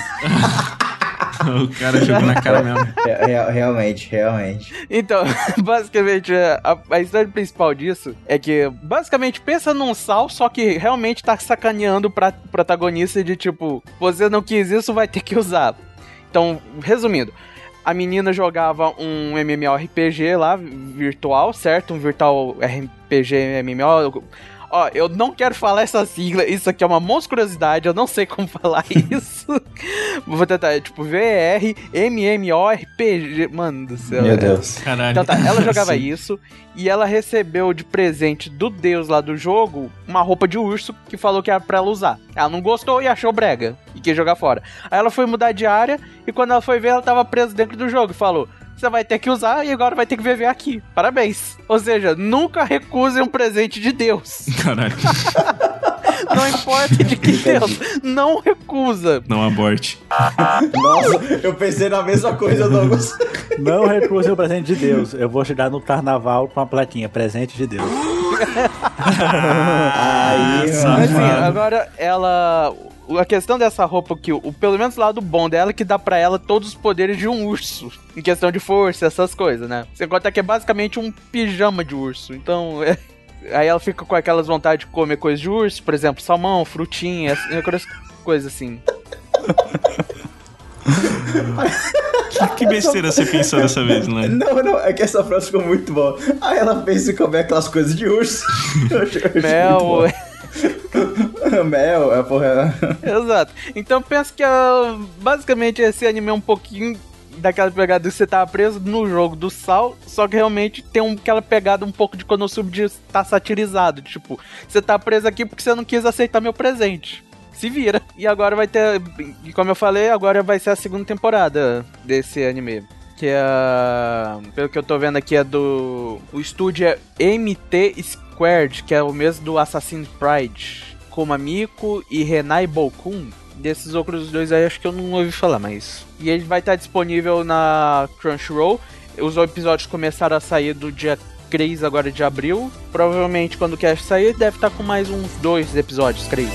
O cara jogou na cara mesmo. Real, realmente, realmente. Então, basicamente, a, a história principal disso é que, basicamente, pensa num Sal, só que realmente tá sacaneando o pra, protagonista de tipo, você não quis isso, vai ter que usar. Então, resumindo, a menina jogava um MMORPG lá, virtual, certo? Um virtual R P G M M O... Ó, eu não quero falar essa sigla, isso aqui é uma monstruosidade, eu não sei como falar isso. Vou tentar, é tipo V R M M O R P G, mano do céu. Meu Deus. Caralho. Então tá, ela jogava Sim. isso e ela recebeu de presente do deus lá do jogo uma roupa de urso que falou que era pra ela usar. Ela não gostou e achou brega e quis jogar fora. Aí ela foi mudar de área e quando ela foi ver, ela tava presa dentro do jogo e falou: você vai ter que usar e agora vai ter que viver aqui. Parabéns. Ou seja, nunca recusem um presente de Deus. Caralho. Não importa de que Deus, não recusa. Não aborte. Nossa, eu pensei na mesma coisa, Douglas. Não recuse o presente de Deus. Eu vou chegar no carnaval com a plaquinha, presente de Deus. Aí, Nossa, mano. Mas assim, mano. agora ela... A questão dessa roupa aqui, o, pelo menos o lado bom dela é que dá pra ela todos os poderes de um urso. Em questão de força, essas coisas, né? Você conta que é basicamente um pijama de urso. Então, é... aí ela fica com aquelas vontades de comer coisas de urso. Por exemplo, salmão, frutinha, aquelas coisas assim. Que, que besteira você pensou dessa vez, né? Não, não, é que essa frase ficou muito boa. Aí ela pensa em comer aquelas coisas de urso. Eu achei- eu achei Mel... muito bom. Mel, é porra. Exato. Então penso que uh, basicamente esse anime é um pouquinho daquela pegada que você tá preso no jogo do Sal, só que realmente tem um, aquela pegada um pouco de Konosuba de estar satirizado. Tipo, você tá preso aqui porque você não quis aceitar meu presente. Se vira. E agora vai ter, e como eu falei, agora vai ser a segunda temporada desse anime. Que é, pelo que eu tô vendo aqui, é do... O estúdio é M T Squared, que é o mesmo do Assassin's Pride. Komamiko e Renai Bokun. Desses outros dois aí, acho que eu não ouvi falar, mas... E ele vai estar disponível na Crunchyroll. Os episódios começaram a sair do dia três agora de abril. Provavelmente, quando o cast sair, deve estar com mais uns dois episódios, creio.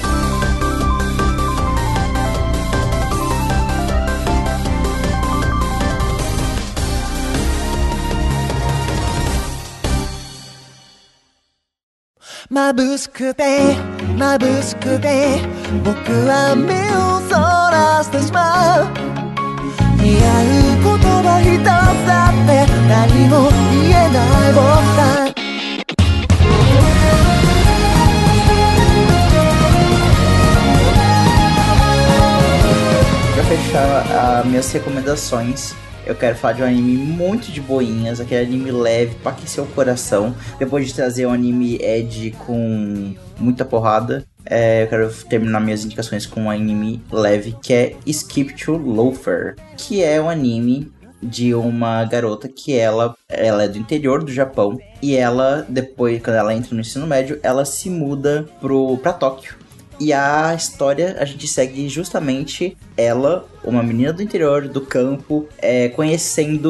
眩しくて眩しくて僕は目をそらしてしまう似合う言葉一つだって何も言えない僕さ Pra fechar as minhas recomendações, eu quero falar de um anime muito de boinhas, aquele anime leve pra aquecer o coração. Depois de trazer um anime Ed com muita porrada, é, eu quero terminar minhas indicações com um anime leve que é Skip to Loafer, que é um anime de uma garota que ela, ela é do interior do Japão e ela, depois, quando ela entra no ensino médio, ela se muda pro, pra Tóquio. E a história, a gente segue justamente ela, uma menina do interior, do campo, é, conhecendo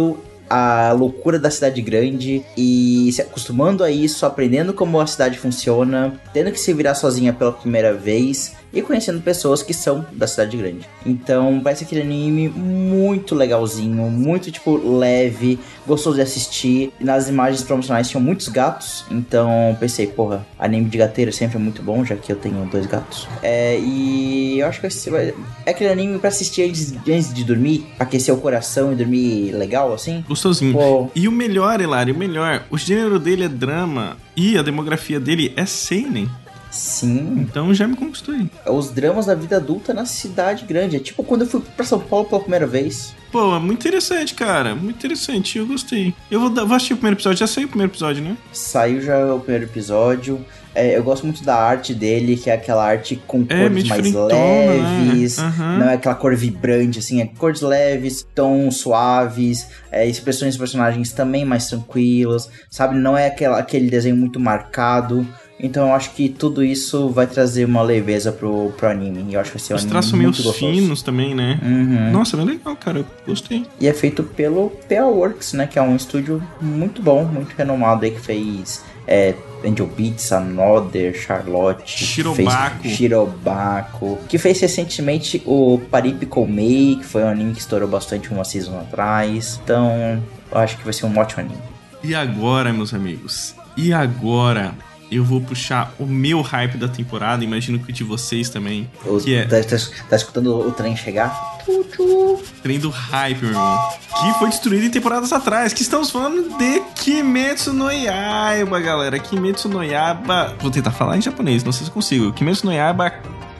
a loucura da cidade grande e se acostumando a isso, aprendendo como a cidade funciona, tendo que se virar sozinha pela primeira vez e conhecendo pessoas que são da cidade grande. Então parece aquele anime muito legalzinho, muito tipo leve, gostoso de assistir. E nas imagens promocionais tinham muitos gatos, então pensei, porra, anime de gateiro sempre é muito bom, já que eu tenho dois gatos. É, e eu acho que esse vai... é aquele anime pra assistir antes, antes de dormir, pra aquecer o coração e dormir legal, assim. Gostosinho. Pô. E o melhor, Hilário, o melhor, o gênero dele é drama e a demografia dele é seinen. Sim. Então já me conquistou aí. Os dramas da vida adulta na cidade grande. É tipo quando eu fui pra São Paulo pela primeira vez. Pô, é muito interessante, cara. Muito interessante, eu gostei. Eu vou, dar, vou assistir o primeiro episódio. Já saiu o primeiro episódio, né? Saiu já o primeiro episódio. É, eu gosto muito da arte dele, que é aquela arte com É, cores mais diferentona, leves, né? Uhum. Não é aquela cor vibrante, assim, é cores leves, tons suaves, é, expressões dos personagens também mais tranquilas, sabe? Não é aquela, aquele desenho muito marcado. Então eu acho que tudo isso vai trazer uma leveza pro, pro anime. E eu acho que vai ser um Os anime traços meio muito gostoso. finos também, né? Uhum. Nossa, bem legal, cara. Eu gostei. E é feito pelo P A Works, né? Que é um estúdio muito bom, muito renomado aí, que fez é, Angel Beats, Another, Charlotte, Shirobako. Fez Shirobako, que fez recentemente o Paripico Mei, que foi um anime que estourou bastante uma season atrás. Então, eu acho que vai ser um ótimo anime. E agora, meus amigos? E agora? Eu vou puxar o meu hype da temporada, imagino que o de vocês também. Os, que é... tá, tá, tá escutando o trem chegar? Trem do hype, meu irmão. Que foi destruído em temporadas atrás. Que estamos falando de Kimetsu no Yaiba, galera. Kimetsu no Yaiba... Vou tentar falar em japonês, não sei se eu consigo. Kimetsu no Yaiba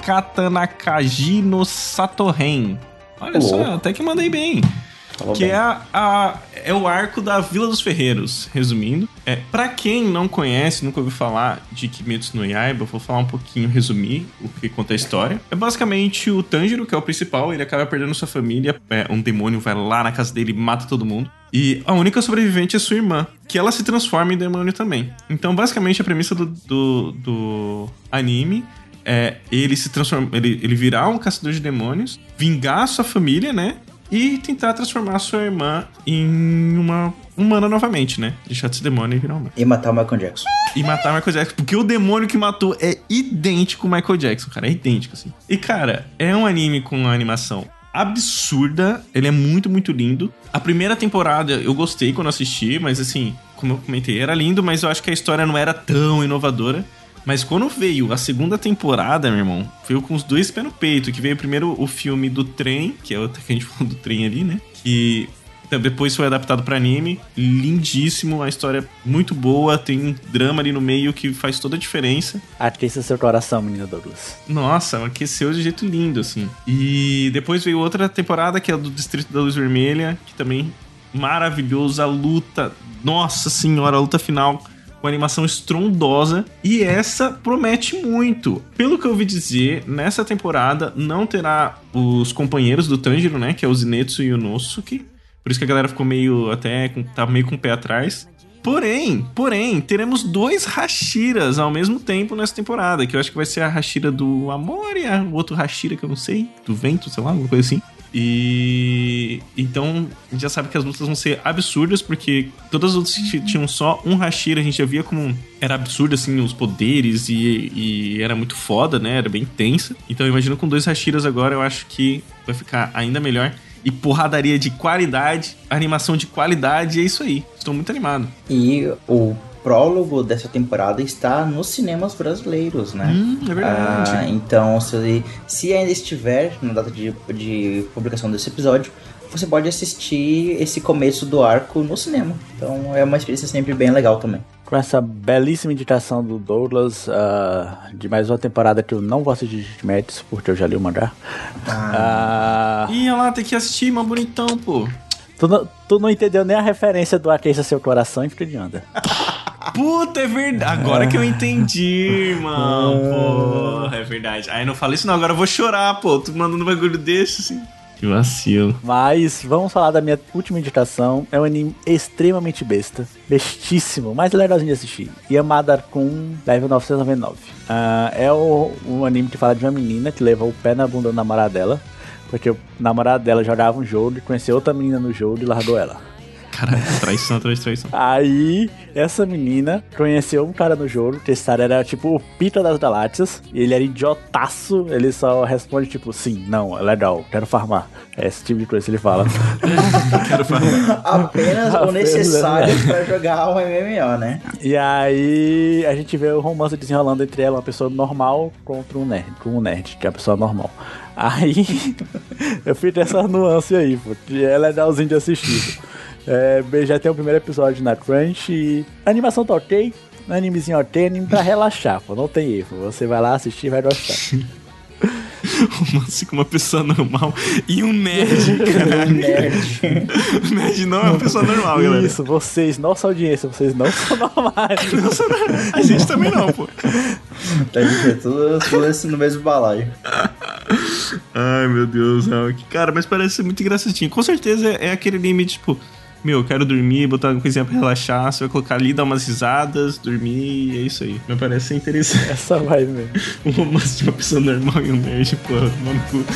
Katanakaji no Satoren. Olha Oh. só, até que mandei bem. Falou Que bem. é, a, a- é o arco da Vila dos Ferreiros, resumindo. É, pra quem não conhece, nunca ouviu falar de Kimetsu no Yaiba, eu vou falar um pouquinho, resumir o que conta a história. É basicamente o Tanjiro, que é o principal, ele acaba perdendo sua família, é, um demônio vai lá na casa dele e mata todo mundo. E a única sobrevivente é sua irmã, que ela se transforma em demônio também. Então, basicamente, a premissa do, do, do anime é ele se transforma, ele, ele virar um caçador de demônios, vingar a sua família, né? E tentar transformar sua irmã em uma humana novamente, né? Deixar de ser demônio e virar humana. E matar o Michael Jackson. E matar o Michael Jackson, porque o demônio que matou é idêntico ao Michael Jackson, cara. É idêntico, assim. E, cara, é um anime com uma animação absurda. Ele é muito, muito lindo. A primeira temporada eu gostei quando assisti, mas, assim, como eu comentei, era lindo, mas eu acho que a história não era tão inovadora. Mas quando veio a segunda temporada, meu irmão, veio com os dois pés no peito. Que veio primeiro o filme do trem, que é o que a gente falou do trem ali, né? Que depois foi adaptado pra anime. Lindíssimo, a história muito boa. Tem um drama ali no meio que faz toda a diferença. Aqueça seu coração, menina Douglas. Nossa, aqueceu de jeito lindo, assim. E depois veio outra temporada, que é a do Distrito da Luz Vermelha, que também maravilhoso. A luta, nossa senhora, a luta final... com animação estrondosa, e essa promete muito. Pelo que eu ouvi dizer, nessa temporada não terá os companheiros do Tanjiro, né, que é o Zenitsu e o Nosuke, por isso que a galera ficou meio, até, com, tá meio com o pé atrás. Porém, porém, teremos dois Hashiras ao mesmo tempo nessa temporada, que eu acho que vai ser a Hashira do amor e o outro Hashira que eu não sei, do vento, sei lá, alguma coisa assim. E então a gente já sabe que as lutas vão ser absurdas, porque todas as lutas que tinham só um Hashira, a gente já via como era absurdo assim os poderes e, e era muito foda, né? Era bem tensa. Então eu imagino com dois Hashiras agora, eu acho que vai ficar ainda melhor. E porradaria de qualidade, animação de qualidade, é isso aí. Estou muito animado. E o prólogo dessa temporada está nos cinemas brasileiros, né? Hum, é verdade. Ah, então, se, se ainda estiver na data de, de publicação desse episódio, você pode assistir esse começo do arco no cinema. Então é uma experiência sempre bem legal também. Com essa belíssima indicação do Douglas, uh, de mais uma temporada que eu não vou assistir de Kimetsu, porque eu já li o mangá. Ah. Uh, Ih, olha lá, tem que assistir, mas bonitão, pô. tu, não, tu não entendeu nem a referência do Aqueça Seu Coração e fica de anda. Puta, é verdade. Agora que eu entendi, irmão. Pô, é verdade. Aí não fala isso não, agora eu vou chorar, pô. Tu mandando um bagulho desse, assim. Que vacilo. Mas vamos falar da minha última indicação. É um anime extremamente besta. Bestíssimo, mais legalzinho de assistir. Yamada Kun Level novecentos e noventa e nove. Uh, é o, um anime que fala de uma menina que leva o pé na bunda do namorado dela. Porque o namorado dela jogava um jogo e conheceu outra menina no jogo e largou ela. Caralho, traição atrás de traição. Aí, essa menina conheceu um cara no jogo, que esse cara era tipo o Pita das Galáxias, e ele era idiotaço, ele só responde tipo, sim, não, é legal, quero farmar. É esse tipo de coisa que ele fala. Quero farmar. Apenas o necessário pra jogar um M M O, né? E aí, a gente vê o romance desenrolando entre ela, uma pessoa normal, contra um nerd, com um nerd, que é a pessoa normal. Aí, eu fiz essa nuance aí, pô, que é legalzinho de assistir. É, já tem o primeiro episódio na Crunch e a animação tá ok, animezinho ok, anime pra relaxar, pô, não tem erro. Você vai lá assistir e vai gostar. Romance com uma pessoa normal e um nerd, cara. Um nerd. O nerd não é uma pessoa normal, galera. Isso, vocês, nossa audiência, vocês não são normais. Não sou normal. A gente também não, pô. Tá gente, tudo, tudo isso no mesmo balaio. Ai, meu Deus, Hulk. Cara, mas parece ser muito engraçadinho. Com certeza é aquele anime, tipo, meu, eu quero dormir, botar uma coisinha pra relaxar. Você vai colocar ali, dar umas risadas, dormir, e é isso aí. Me parece ser interessante. Essa vai mesmo. Um romance de uma pessoa normal e um nerd, porra, tomar no cu.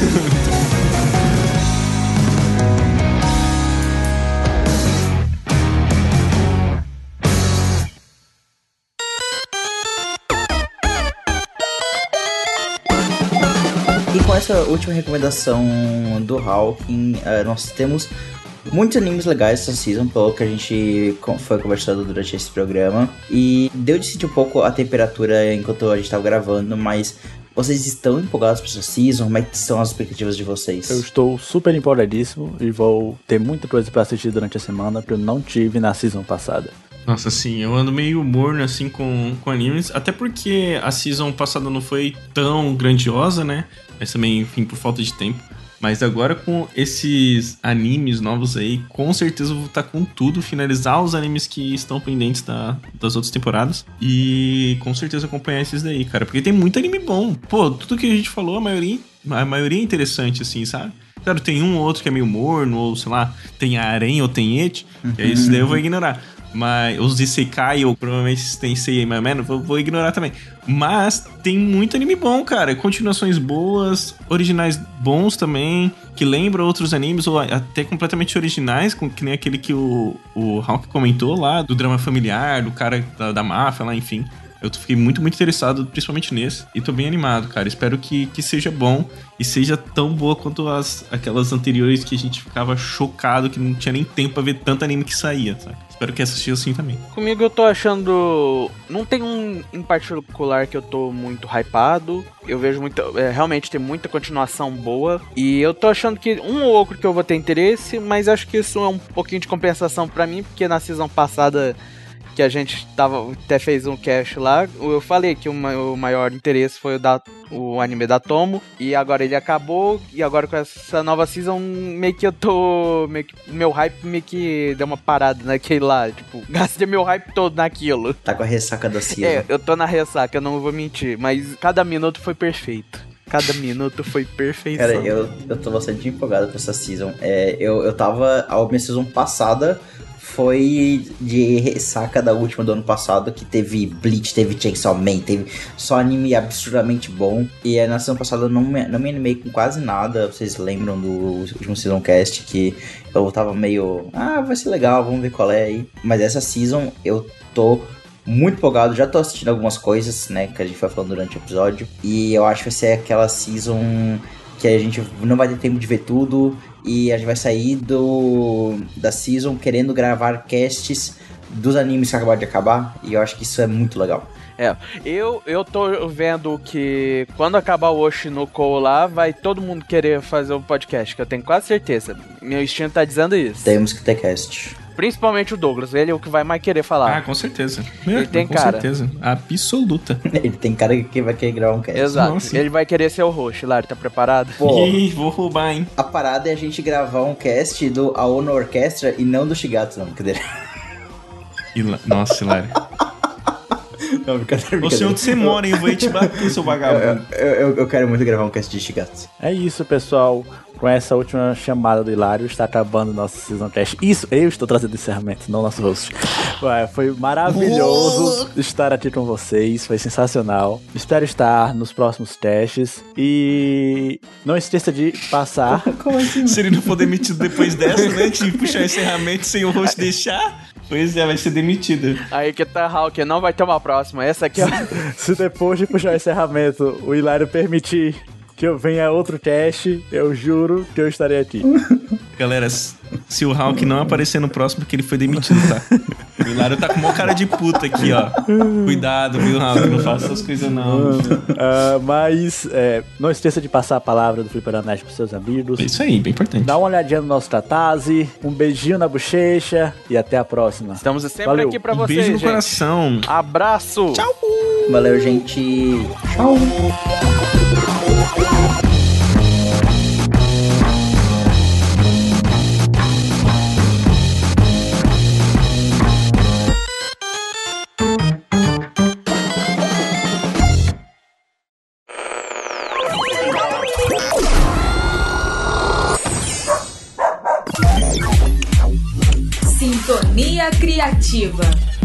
E com essa última recomendação do Hawking, uh, nós temos muitos animes legais essa season, pelo que a gente foi conversando durante esse programa. E deu de sentir um pouco a temperatura enquanto a gente tava gravando, mas vocês estão empolgados para essa season? Como é que são as expectativas de vocês? Eu estou super empolgadíssimo e vou ter muita coisa pra assistir durante a semana que eu não tive na season passada. Nossa, sim, eu ando meio morno, assim, com, com animes, até porque a season passada não foi tão grandiosa, né? Mas também, enfim, por falta de tempo. Mas agora com esses animes novos aí, com certeza eu vou estar com tudo, finalizar os animes que estão pendentes da, das outras temporadas e com certeza acompanhar esses daí, cara, porque tem muito anime bom. Pô, tudo que a gente falou, a maioria, a maioria é interessante, assim, sabe? Claro, tem um ou outro que é meio morno, ou sei lá, tem Arém ou tem Et, uhum. Que esses daí eu vou ignorar. Mas os Isekai, ou provavelmente tem Sei mais ou menos, vou, vou ignorar também. Mas tem muito anime bom, cara. Continuações boas, originais bons também, que lembram outros animes, ou até completamente originais, que nem aquele que o, o Hawk comentou lá, do drama familiar, do cara da, da máfia lá, enfim. Eu fiquei muito, muito interessado, principalmente nesse. E tô bem animado, cara. Espero que, que seja bom e seja tão boa quanto as, aquelas anteriores que a gente ficava chocado, que não tinha nem tempo pra ver tanto anime que saía, sabe? Espero que essa seja assim também. Comigo eu tô achando... Não tem um em particular que eu tô muito hypado. Eu vejo muito... É, realmente tem muita continuação boa. E eu tô achando que um ou outro que eu vou ter interesse, mas acho que isso é um pouquinho de compensação pra mim, porque na season passada... que a gente tava, até fez um cast lá, eu falei que o, o maior interesse foi o, da, o anime da Tomo, e agora ele acabou, e agora com essa nova season, meio que eu tô, meio que, meu hype meio que deu uma parada naquele lá, tipo, gastei meu hype todo naquilo. Tá com a ressaca da season. É, eu tô na ressaca, eu não vou mentir, mas cada minuto foi perfeito. Cada minuto foi perfeição. Cara, eu, eu tô bastante empolgado com essa season. É, eu, eu tava, a minha season passada foi de ressaca da última do ano passado, que teve Bleach, teve Chainsaw Man, teve só anime absurdamente bom. E na season passada eu não me, não me animei com quase nada. Vocês lembram do último season cast que eu tava meio, ah, vai ser legal, vamos ver qual é aí. Mas essa season eu tô muito empolgado, já tô assistindo algumas coisas, né, que a gente foi falando durante o episódio. E eu acho que vai ser aquela season que a gente não vai ter tempo de ver tudo. E a gente vai sair do, da season querendo gravar casts dos animes que acabaram de acabar. E eu acho que isso é muito legal. É, eu, eu tô vendo que quando acabar o Oshinoko lá, vai todo mundo querer fazer um podcast, que eu tenho quase certeza. Meu instinto tá dizendo isso. Temos que ter cast. Principalmente o Douglas, ele é o que vai mais querer falar. Ah, com certeza. Ele é, tem com cara. Com certeza, absoluta. Ele tem cara que vai querer gravar um cast. Exato, Nossa. Ele vai querer ser o host, Lari, tá preparado? Pô, Ih, vou roubar, hein? a parada é a gente gravar um cast do Aono Orchestra e não do Shigatsu, não, brincadeira. Hila... Nossa, Hilário. Não, brincadeira, Você onde você mora, hein? Eu vou te bater, seu vagabundo. Eu, eu, eu quero muito gravar um cast de Shigatsu. É isso, pessoal. com essa última chamada do Hilário, está acabando nosso Season Test. Isso, eu estou trazendo encerramento, não nosso host. Ué, foi maravilhoso estar aqui com vocês, foi sensacional. Espero estar nos próximos testes. E não esqueça de passar... Como assim? Se ele não for demitido depois dessa, né? De puxar encerramento sem o host deixar... Pois é, vai ser demitido. Aí que tá, Hulk, não vai ter uma próxima. Essa aqui, ó. Se depois de puxar o encerramento o Hilário permitir que eu venha a outro teste, eu juro que eu estarei aqui. Galera, se o Hulk não aparecer no próximo, porque ele foi demitido, tá? O Hilário tá com uma cara de puta aqui, ó. Cuidado, viu, Hulk? Não faça essas coisas, não. Uh, mas é, não esqueça de passar a palavra do Fliperama Nerd pros seus amigos. É isso aí, bem importante. Dá uma olhadinha no nosso Tatase, um beijinho na bochecha e até a próxima. Estamos sempre Valeu. aqui pra Um vocês, beijo no gente. coração. Abraço. Tchau. Valeu, gente. Tchau. Sintonia Criativa.